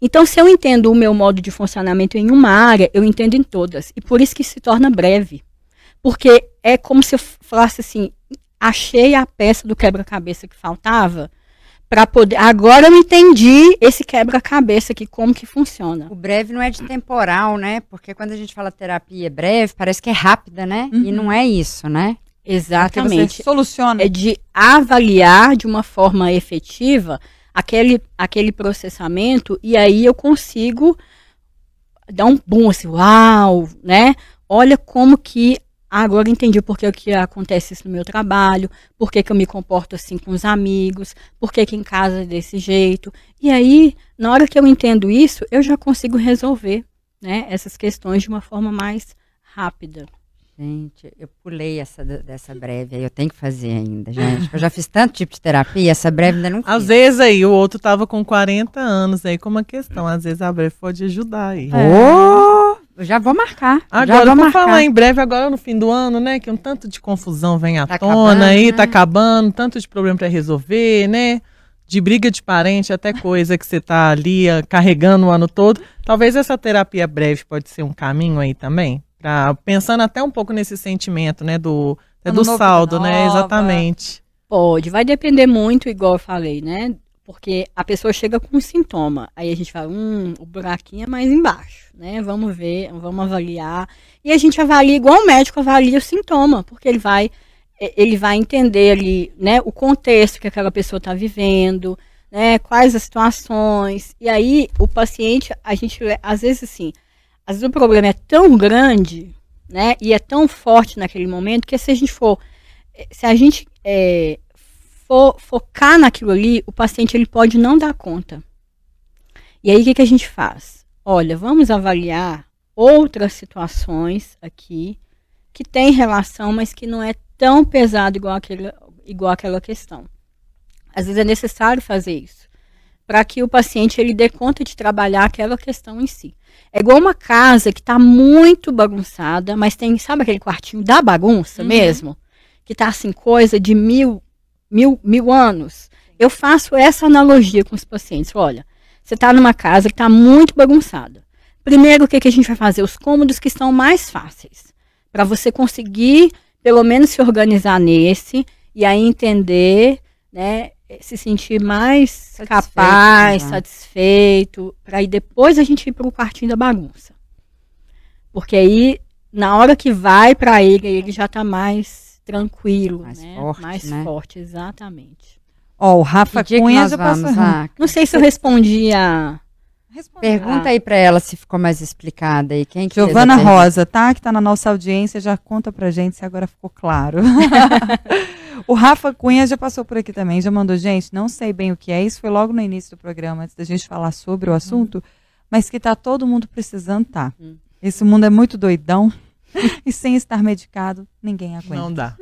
Então, se eu entendo o meu modo de funcionamento em uma área, eu entendo em todas. E por isso que se torna breve. Porque é como se eu falasse assim, achei a peça do quebra-cabeça que faltava para poder... Agora eu entendi esse quebra-cabeça aqui, como que funciona. O breve não é de temporal, né? Porque quando a gente fala terapia breve, parece que é rápida, né? E não é isso, né? Exatamente. Você soluciona. É de avaliar de uma forma efetiva aquele processamento, e aí eu consigo dar um boom, assim, uau, né? Olha como que agora eu entendi por que acontece isso no meu trabalho, por que eu me comporto assim com os amigos, por que em casa é desse jeito. E aí, na hora que eu entendo isso, eu já consigo resolver, né, essas questões de uma forma mais rápida. Gente, eu pulei dessa breve aí, eu tenho que fazer ainda, gente. Eu já fiz tanto tipo de terapia, essa breve ainda não fiz. Às vezes aí, o outro tava com 40 anos aí, como uma questão. Às vezes a breve pode ajudar aí. Eu já vou marcar. Agora, pra falar em breve, agora no fim do ano, né? Que um tanto de confusão vem à tona aí, tá acabando, tanto de problema pra resolver, né? De briga de parente, até coisa que você tá ali carregando o ano todo. Talvez essa terapia breve pode ser um caminho aí também. Pensando até um pouco nesse sentimento, né? Do saldo, né? Exatamente. Pode, vai depender muito, igual eu falei, né? Porque a pessoa chega com um sintoma. Aí a gente fala, o buraquinho é mais embaixo, né? Vamos ver, vamos avaliar. E a gente avalia igual o médico avalia o sintoma, porque ele vai entender ali, né, o contexto que aquela pessoa está vivendo, né? Quais as situações. E aí o paciente, às vezes o problema é tão grande, né? E é tão forte naquele momento que se a gente for focar naquilo ali, o paciente ele pode não dar conta. E aí o que a gente faz? Olha, vamos avaliar outras situações aqui que tem relação, mas que não é tão pesado igual aquela questão. Às vezes é necessário fazer isso para que o paciente ele dê conta de trabalhar aquela questão em si. É igual uma casa que está muito bagunçada, mas tem, sabe aquele quartinho da bagunça mesmo? Que está assim, coisa de mil anos. Eu faço essa analogia com os pacientes. Olha, você está numa casa que está muito bagunçada. Primeiro, o que a gente vai fazer? Os cômodos que estão mais fáceis. Para você conseguir, pelo menos, se organizar nesse, e aí entender, né, se sentir mais capaz, satisfeito, para aí depois a gente ir para o quartinho da bagunça. Porque aí, na hora que vai para ele já está mais tranquilo, mais forte, mais forte, exatamente. O Rafa Cunha já passou. Não sei se eu respondi a... Pergunta aí pra ela se ficou mais explicada aí. Quem que Giovana Rosa, tá? Que tá na nossa audiência, já conta pra gente se agora ficou claro. O Rafa Cunha já passou por aqui também, já mandou, gente, não sei bem o que é, isso foi logo no início do programa, antes da gente falar sobre o assunto, mas que tá todo mundo precisando, tá? Esse mundo é muito doidão e sem estar medicado, ninguém aguenta. Não dá.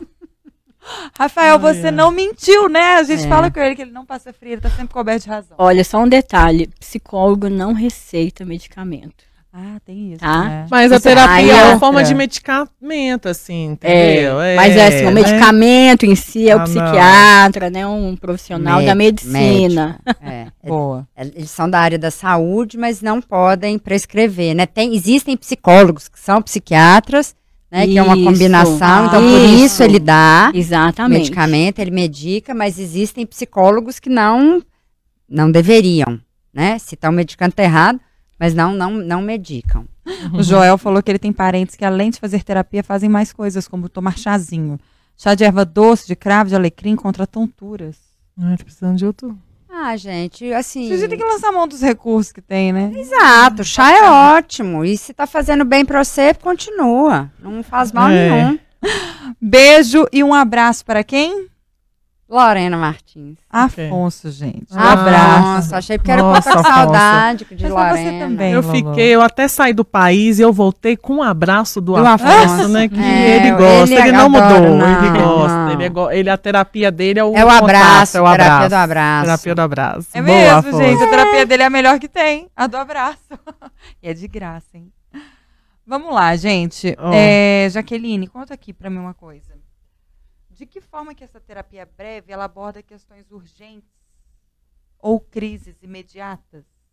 Rafael, você não mentiu, né? A gente fala com ele que ele não passa frio, ele tá sempre coberto de razão. Olha, só um detalhe, psicólogo não receita medicamento. Ah, tem isso, tá? Né? Mas a terapia é uma forma de medicamento, assim, entendeu? Mas é assim, o medicamento em si é o psiquiatra, né? Um profissional da medicina. Boa. Eles são da área da saúde, mas não podem prescrever, né? Existem psicólogos que são psiquiatras, né, que é uma combinação, então por isso ele dá medicamento, ele medica, mas existem psicólogos que não deveriam, né? Se estão medicando tá errado, mas não medicam. O Joel falou que ele tem parentes que além de fazer terapia fazem mais coisas, como tomar chazinho. Chá de erva doce, de cravo, de alecrim contra tonturas. Tá precisando de outro... Ah, gente, assim... Você tem que lançar mão dos recursos que tem, né? Exato, o chá é ótimo. E se tá fazendo bem pra você, continua. Não faz mal nenhum. Beijo e um abraço para quem? Lorena Martins. Afonso, gente. Um abraço. Nossa, achei que era com saudade de Lorena. Você também, eu até saí do país e eu voltei com um abraço do Afonso, né? Que ele gosta, ele não mudou, ele gosta. Ele, a terapia dele é o abraço, contato, terapia do abraço. Terapia do abraço. É mesmo, gente, a terapia dele é a melhor que tem, a do abraço. E é de graça, hein? Vamos lá, gente. Jaqueline, conta aqui pra mim uma coisa. De que forma que essa terapia breve ela aborda questões urgentes ou crises imediatas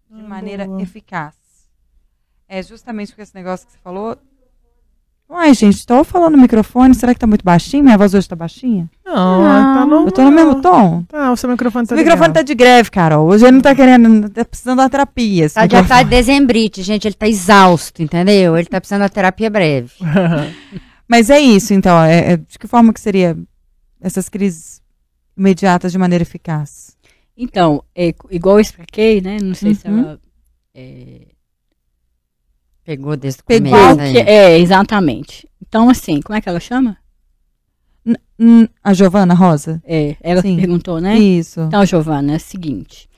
de maneira eficaz. É justamente porque esse negócio que você falou. Uai, gente, estou falando no microfone, será que tá muito baixinho? Minha voz hoje tá baixinha? Não, tá normal. Eu tô no mesmo tom? Tá, o seu microfone tá O microfone tá de greve, Carol. Hoje ele não tá querendo, tá precisando da terapia. Já tá de dezembrite, gente, ele tá exausto, entendeu? Ele tá precisando da terapia breve. Mas é isso, então. De que forma que seria essas crises imediatas de maneira eficaz? Então, igual eu expliquei, né? Não sei se ela... Pegou desde o Pegou. começo. Né? Exatamente. Então, assim, como é que ela chama? A Giovana Rosa? Ela Sim. perguntou, né? Isso. Então, Giovana, é o seguinte.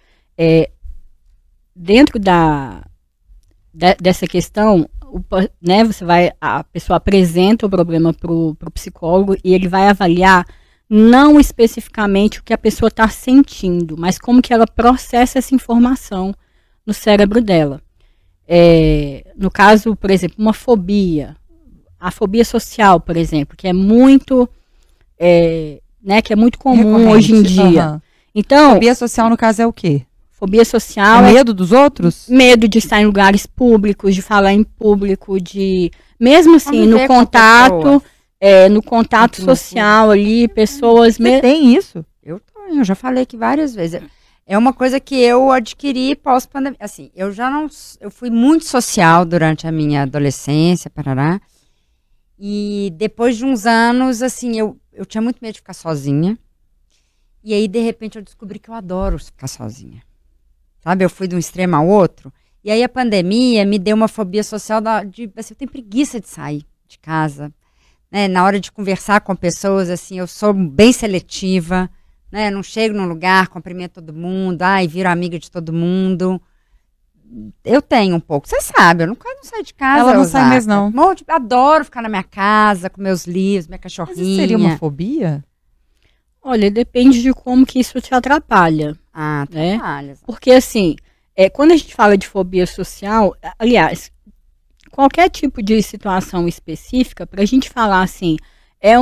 Dentro dessa questão, né, a pessoa apresenta o problema pro psicólogo e ele vai avaliar não especificamente o que a pessoa está sentindo, mas como que ela processa essa informação no cérebro dela. No caso, por exemplo, uma fobia, a fobia social, por exemplo, que é muito, né, que é muito comum Recorrente. hoje em dia. Uhum. Então, Fobia social, no caso, é o quê? fobia social É medo dos outros? medo de estar em lugares públicos, de falar em público, de mesmo assim Conviver com no contato Muito social ali, pessoas Você tem isso? Eu já falei aqui várias vezes. É uma coisa que eu adquiri pós-pandemia. Assim, eu fui muito social durante a minha adolescência, parará. E depois de uns anos, assim, eu tinha muito medo de ficar sozinha. E aí, de repente, eu descobri que eu adoro ficar sozinha. Sabe, eu fui de um extremo ao outro. E aí a pandemia me deu uma fobia social assim, eu tenho preguiça de sair de casa. Né? Na hora de conversar com pessoas, assim, eu sou bem seletiva. Né? Não chego num lugar, cumprimento todo mundo, viro amiga de todo mundo. Eu tenho um pouco. Você sabe, eu quase não saio de casa. Ela não sai mesmo, não. Adoro ficar na minha casa, com meus livros, minha cachorrinha. Mas isso seria uma fobia? Olha, depende de como que isso te atrapalha. Né? Atrapalha. Porque assim, quando a gente fala de fobia social, aliás, qualquer tipo de situação específica, para a gente falar assim, é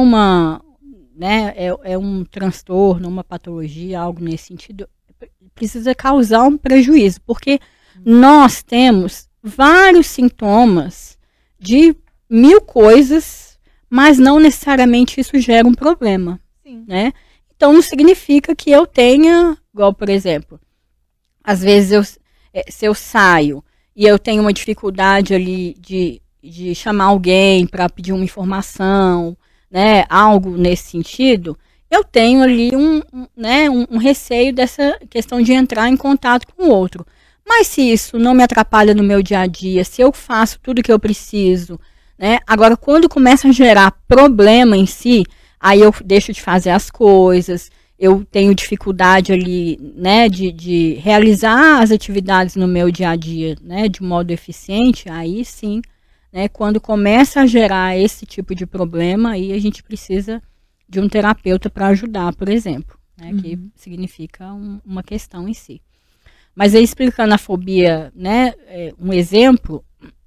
um transtorno, uma patologia, algo nesse sentido, precisa causar um prejuízo, porque nós temos vários sintomas de 1000 coisas, mas não necessariamente isso gera um problema. Sim. Né? Então não significa que eu tenha, igual por exemplo, às vezes se eu saio e eu tenho uma dificuldade ali de chamar alguém para pedir uma informação, né, algo nesse sentido, eu tenho ali um receio dessa questão de entrar em contato com o outro. Mas se isso não me atrapalha no meu dia a dia, se eu faço tudo que eu preciso, né, agora quando começa a gerar problema em si, aí eu deixo de fazer as coisas, eu tenho dificuldade ali, né, de realizar as atividades no meu dia a dia, né, de modo eficiente, aí sim, né, quando começa a gerar esse tipo de problema, aí a gente precisa de um terapeuta para ajudar, por exemplo, né, que significa uma questão em si. Mas aí explicando a fobia, né, um exemplo,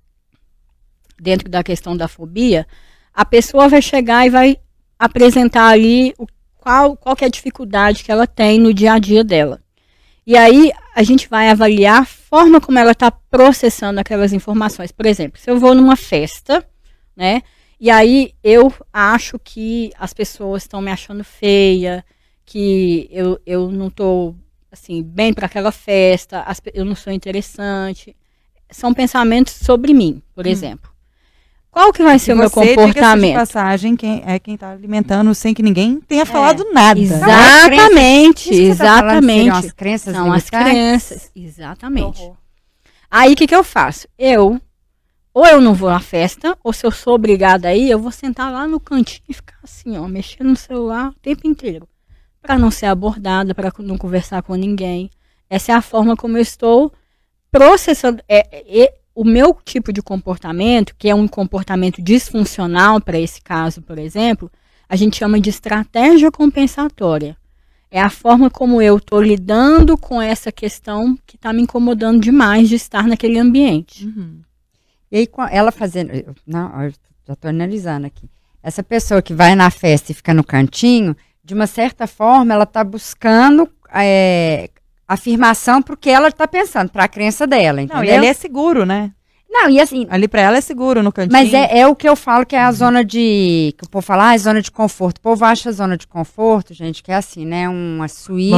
dentro da questão da fobia, a pessoa vai chegar e vai apresentar ali qual que é a dificuldade que ela tem no dia a dia dela. E aí a gente vai avaliar a forma como ela está processando aquelas informações. Por exemplo, se eu vou numa festa, né, e aí eu acho que as pessoas estão me achando feia, que eu não estou assim, bem para aquela festa, eu não sou interessante. São pensamentos sobre mim, por exemplo. Qual que vai ser o meu comportamento? De passagem, quem está alimentando sem que ninguém tenha falado nada. Exatamente, exatamente. As crenças são as crenças, exatamente. Aí o que eu faço? Ou eu não vou na festa, ou se eu sou obrigada a ir, eu vou sentar lá no cantinho e ficar assim, ó, mexendo no celular o tempo inteiro. Para não ser abordada, para não conversar com ninguém. Essa é a forma como eu estou processando. O meu tipo de comportamento, que é um comportamento disfuncional para esse caso, por exemplo, a gente chama de estratégia compensatória. É a forma como eu estou lidando com essa questão que está me incomodando demais de estar naquele ambiente. E aí, ela fazendo... eu já estou analisando aqui. Essa pessoa que vai na festa e fica no cantinho, de uma certa forma, ela está buscando afirmação pro que ela tá pensando, pra crença dela, entendeu? Não, e ali é seguro, né? Não, e assim... Ali pra ela é seguro no cantinho. Mas é o que eu falo que é a zona de... Que o povo fala, zona de conforto. O povo acha a zona de conforto, gente, que é assim, né? Uma suíte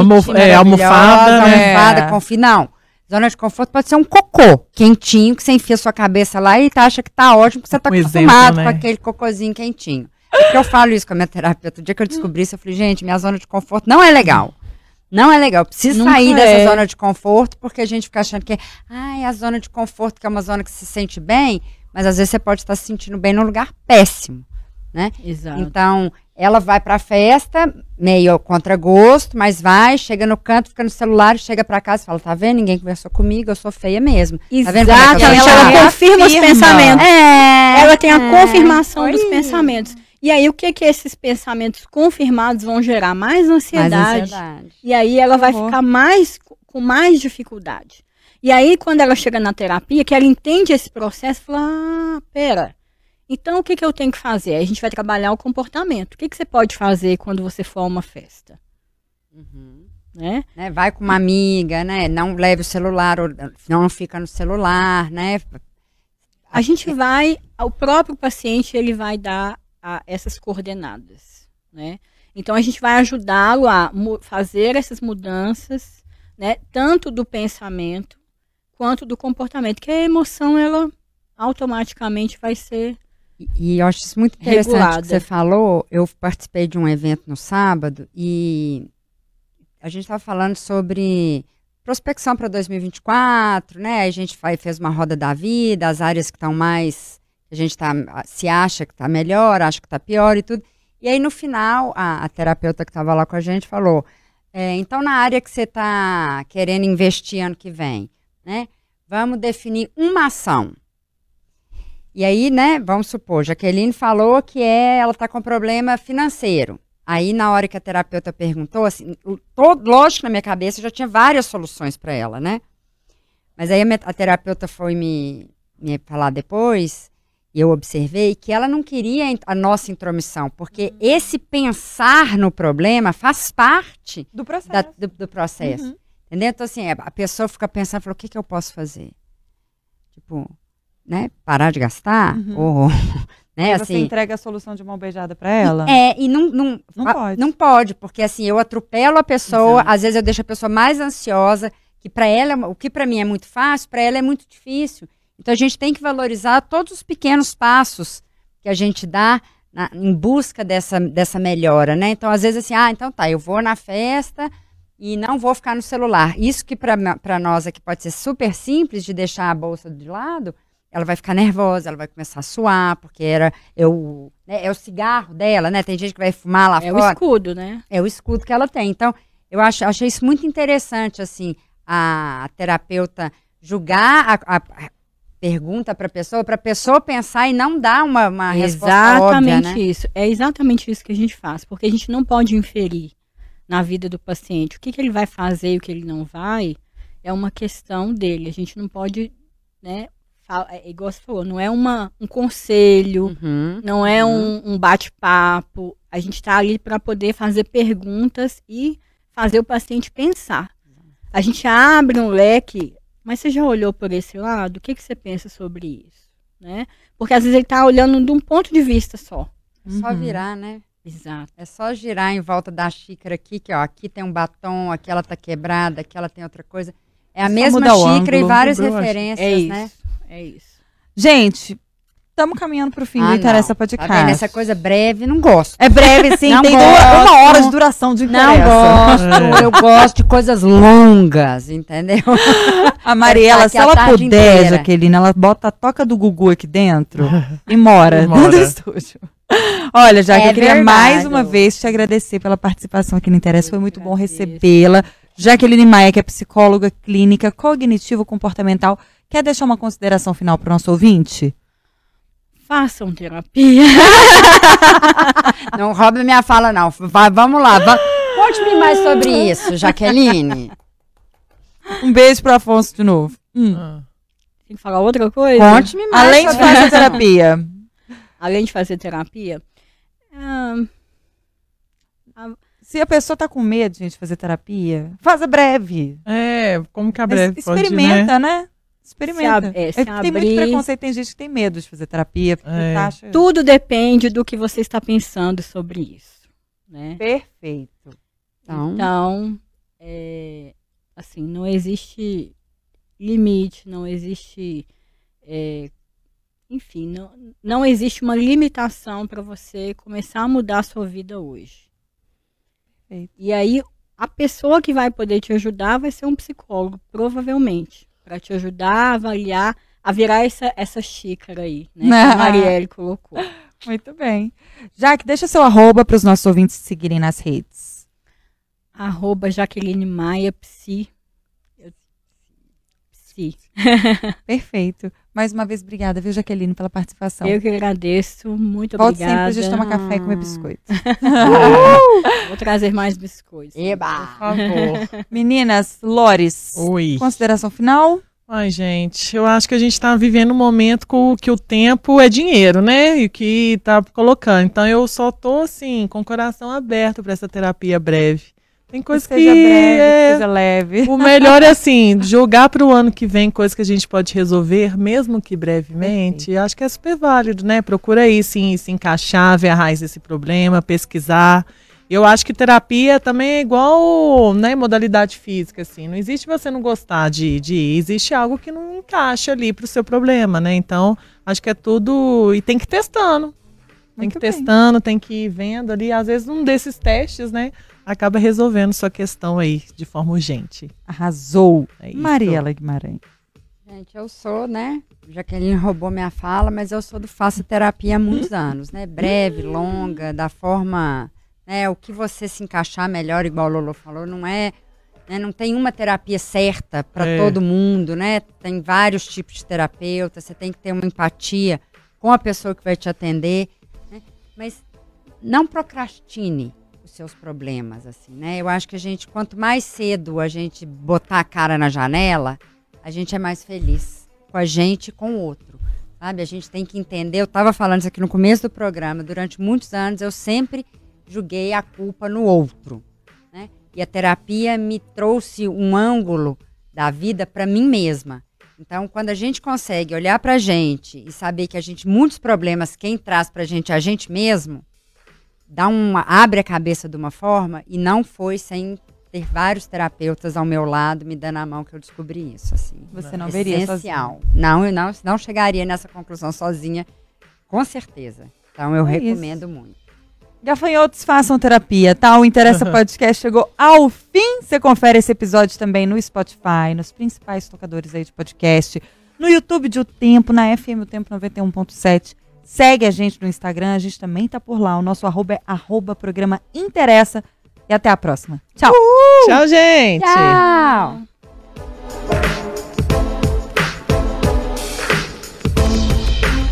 almofada, Não. Zona de conforto pode ser um cocô quentinho, que você enfia sua cabeça lá e acha que tá ótimo, que você tá acostumado com aquele cocôzinho quentinho. É que eu falo isso com a minha terapeuta. O dia que eu descobri isso, eu falei, gente, minha zona de conforto não é legal. Não é legal. Preciso sair dessa zona de conforto, porque a gente fica achando que é a zona de conforto, que é uma zona que se sente bem, mas às vezes você pode estar se sentindo bem num lugar péssimo, né? Exato. Então, ela vai pra festa, meio contra gosto, mas vai, chega no canto, fica no celular, chega pra casa e fala, tá vendo? Ninguém conversou comigo, eu sou feia mesmo. Exato. Tá vendo? Ela confirma os pensamentos. Ela tem a confirmação dos pensamentos. E aí, o que esses pensamentos confirmados vão gerar? Mais ansiedade. E aí, ela vai ficar com mais dificuldade. E aí, quando ela chega na terapia, que ela entende esse processo, fala, pera, então o que eu tenho que fazer? Aí a gente vai trabalhar o comportamento. O que você pode fazer quando você for a uma festa? Né? Vai com uma amiga, né? Não leve o celular, ou não fica no celular, né? A gente vai, o próprio paciente, ele vai dar essas coordenadas, né? Então a gente vai ajudá-lo a fazer essas mudanças, né? Tanto do pensamento quanto do comportamento, que a emoção ela automaticamente vai ser e eu acho isso muito interessante regulada. Que você falou. Eu participei de um evento no sábado e a gente estava falando sobre prospecção para 2024, né? A gente fez uma roda da vida, as áreas que estão mais a gente se acha que está melhor, acha que está pior e tudo. E aí, no final, a terapeuta que estava lá com a gente falou, então, na área que você está querendo investir ano que vem, né, vamos definir uma ação. E aí, né, vamos supor, Jaqueline falou que ela está com problema financeiro. Aí, na hora que a terapeuta perguntou, assim, lógico, na minha cabeça, eu já tinha várias soluções para ela, né? Mas aí a terapeuta foi me falar depois... E eu observei que ela não queria a nossa intromissão, porque esse pensar no problema faz parte do processo. Do processo. Entendeu? Então, assim, a pessoa fica pensando, fala, o que eu posso fazer? Tipo, né? Parar de gastar? Ou, né? E assim, você entrega a solução de mão beijada para ela? E não pode. Não pode, porque assim, eu atropelo a pessoa, Exato. Às vezes eu deixo a pessoa mais ansiosa, que para ela, o que para mim é muito fácil, para ela é muito difícil. Então, a gente tem que valorizar todos os pequenos passos que a gente dá em busca dessa melhora, né? Então, às vezes, assim, então tá, eu vou na festa e não vou ficar no celular. Isso que para nós aqui pode ser super simples, de deixar a bolsa de lado, ela vai ficar nervosa, ela vai começar a suar, porque é o cigarro dela, né? Tem gente que vai fumar lá fora. É o escudo, né? É o escudo que ela tem. Então, eu achei isso muito interessante, assim, a terapeuta julgar a pergunta para a pessoa pensar e não dar uma resposta óbvia, né? Isso. É exatamente isso que a gente faz, porque a gente não pode inferir na vida do paciente. O que ele vai fazer e o que ele não vai é uma questão dele. A gente não pode, né, igual você falou, não é um conselho, não é um bate-papo. A gente está ali para poder fazer perguntas e fazer o paciente pensar. A gente abre um leque. Mas você já olhou por esse lado? O que você pensa sobre isso? Né? Porque às vezes ele está olhando de um ponto de vista só. É só virar, né? Exato. É só girar em volta da xícara aqui, que ó, aqui tem um batom, aqui ela tá quebrada, aqui ela tem outra coisa. É a mesma xícara e várias referências, né? É isso. Gente, estamos caminhando para o fim do Interessa Podcast. Tá vendo? Essa coisa breve, não gosto. É breve, sim. Tem gosto, 1 hora de duração de Interessa. Não gosto. Eu gosto de coisas longas, entendeu? A Mariela, se ela puder, inteira. Jaqueline, ela bota a toca do Gugu aqui dentro e mora no estúdio. Olha, Jaque, eu queria mais uma vez te agradecer pela participação aqui no Interessa. Foi muito bom recebê-la. Jaqueline Maia, que é psicóloga clínica cognitivo-comportamental. Quer deixar uma consideração final para o nosso ouvinte? Façam terapia. Não rouba minha fala, não. Vamos lá. Conte-me mais sobre isso, Jaqueline. Um beijo pro Afonso de novo. Tem que falar outra coisa? Conte-me mais. Além de fazer terapia. Além de fazer terapia, Se a pessoa tá com medo, gente, de fazer terapia, faça breve. Como que a breve pode, experimenta, né? Experimenta. Tem muito abrir... preconceito, tem gente que tem medo de fazer terapia. Acha... Tudo depende do que você está pensando sobre isso, né? Perfeito. Então, assim, não existe limite, não existe... enfim, não existe uma limitação para você começar a mudar a sua vida hoje. Perfeito. E aí, a pessoa que vai poder te ajudar vai ser um psicólogo, provavelmente. Para te ajudar a avaliar, a virar essa xícara aí, né? Que a Marielle colocou. Muito bem. Jaque, deixa seu arroba para os nossos ouvintes seguirem nas redes. @Jaqueline Maia, psi. Perfeito. Mais uma vez, obrigada, viu, Jaqueline, pela participação. Eu que agradeço, muito Volte obrigada. Volte sempre pra gente tomar café e comer biscoito. Vou trazer mais biscoitos. Eba! Por favor. Meninas, Lores, Oi. Consideração final? Ai, gente, eu acho que a gente tá vivendo um momento que o tempo é dinheiro, né? E que tá colocando. Então eu só tô, assim, com o coração aberto para essa terapia breve. Tem coisa que seja leve. O melhor é assim, jogar para o ano que vem coisas que a gente pode resolver, mesmo que brevemente. Perfeito. Acho que é super válido, né? Procura aí sim, se encaixar, ver a raiz desse problema, pesquisar. Eu acho que terapia também é igual, né, modalidade física, assim. Não existe você não gostar de ir, existe algo que não encaixa ali para o seu problema, né? Então, acho que é tudo... E tem que ir testando. Tem que ir testando, tem que ir vendo ali. Às vezes, um desses testes, né, acaba resolvendo sua questão aí de forma urgente. Arrasou. Mariela Guimarães. Gente, eu sou, né? Jaqueline roubou minha fala, mas eu sou do Faço Terapia há muitos anos, né? Breve, longa, da forma, né? O que você se encaixar melhor, igual o Lolo falou, não é, né, não tem uma terapia certa para todo mundo, né? Tem vários tipos de terapeuta, você tem que ter uma empatia com a pessoa que vai te atender, né? Mas não procrastine os seus problemas, assim, né? Eu acho que a gente, quanto mais cedo a gente botar a cara na janela, a gente é mais feliz com a gente e com o outro, sabe? A gente tem que entender, eu estava falando isso aqui no começo do programa, durante muitos anos eu sempre julguei a culpa no outro, né? E a terapia me trouxe um ângulo da vida para mim mesma. Então, quando a gente consegue olhar pra gente e saber que a gente, muitos problemas, quem traz pra gente é a gente mesmo, abre a cabeça de uma forma, e não foi sem ter vários terapeutas ao meu lado me dando a mão que eu descobri isso, assim. Você não veria essencial. Não, eu não chegaria nessa conclusão sozinha, com certeza. Então eu recomendo muito. Gafanhotos, façam terapia, tá? O Interessa Podcast chegou ao fim. Você confere esse episódio também no Spotify, nos principais tocadores aí de podcast, no YouTube de O Tempo, na FM O Tempo 91.7. Segue a gente no Instagram, a gente também tá por lá. O nosso arroba é @programa Interessa. E até a próxima. Tchau. Tchau, gente. Tchau.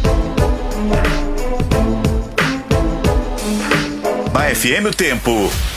Na FM O Tempo,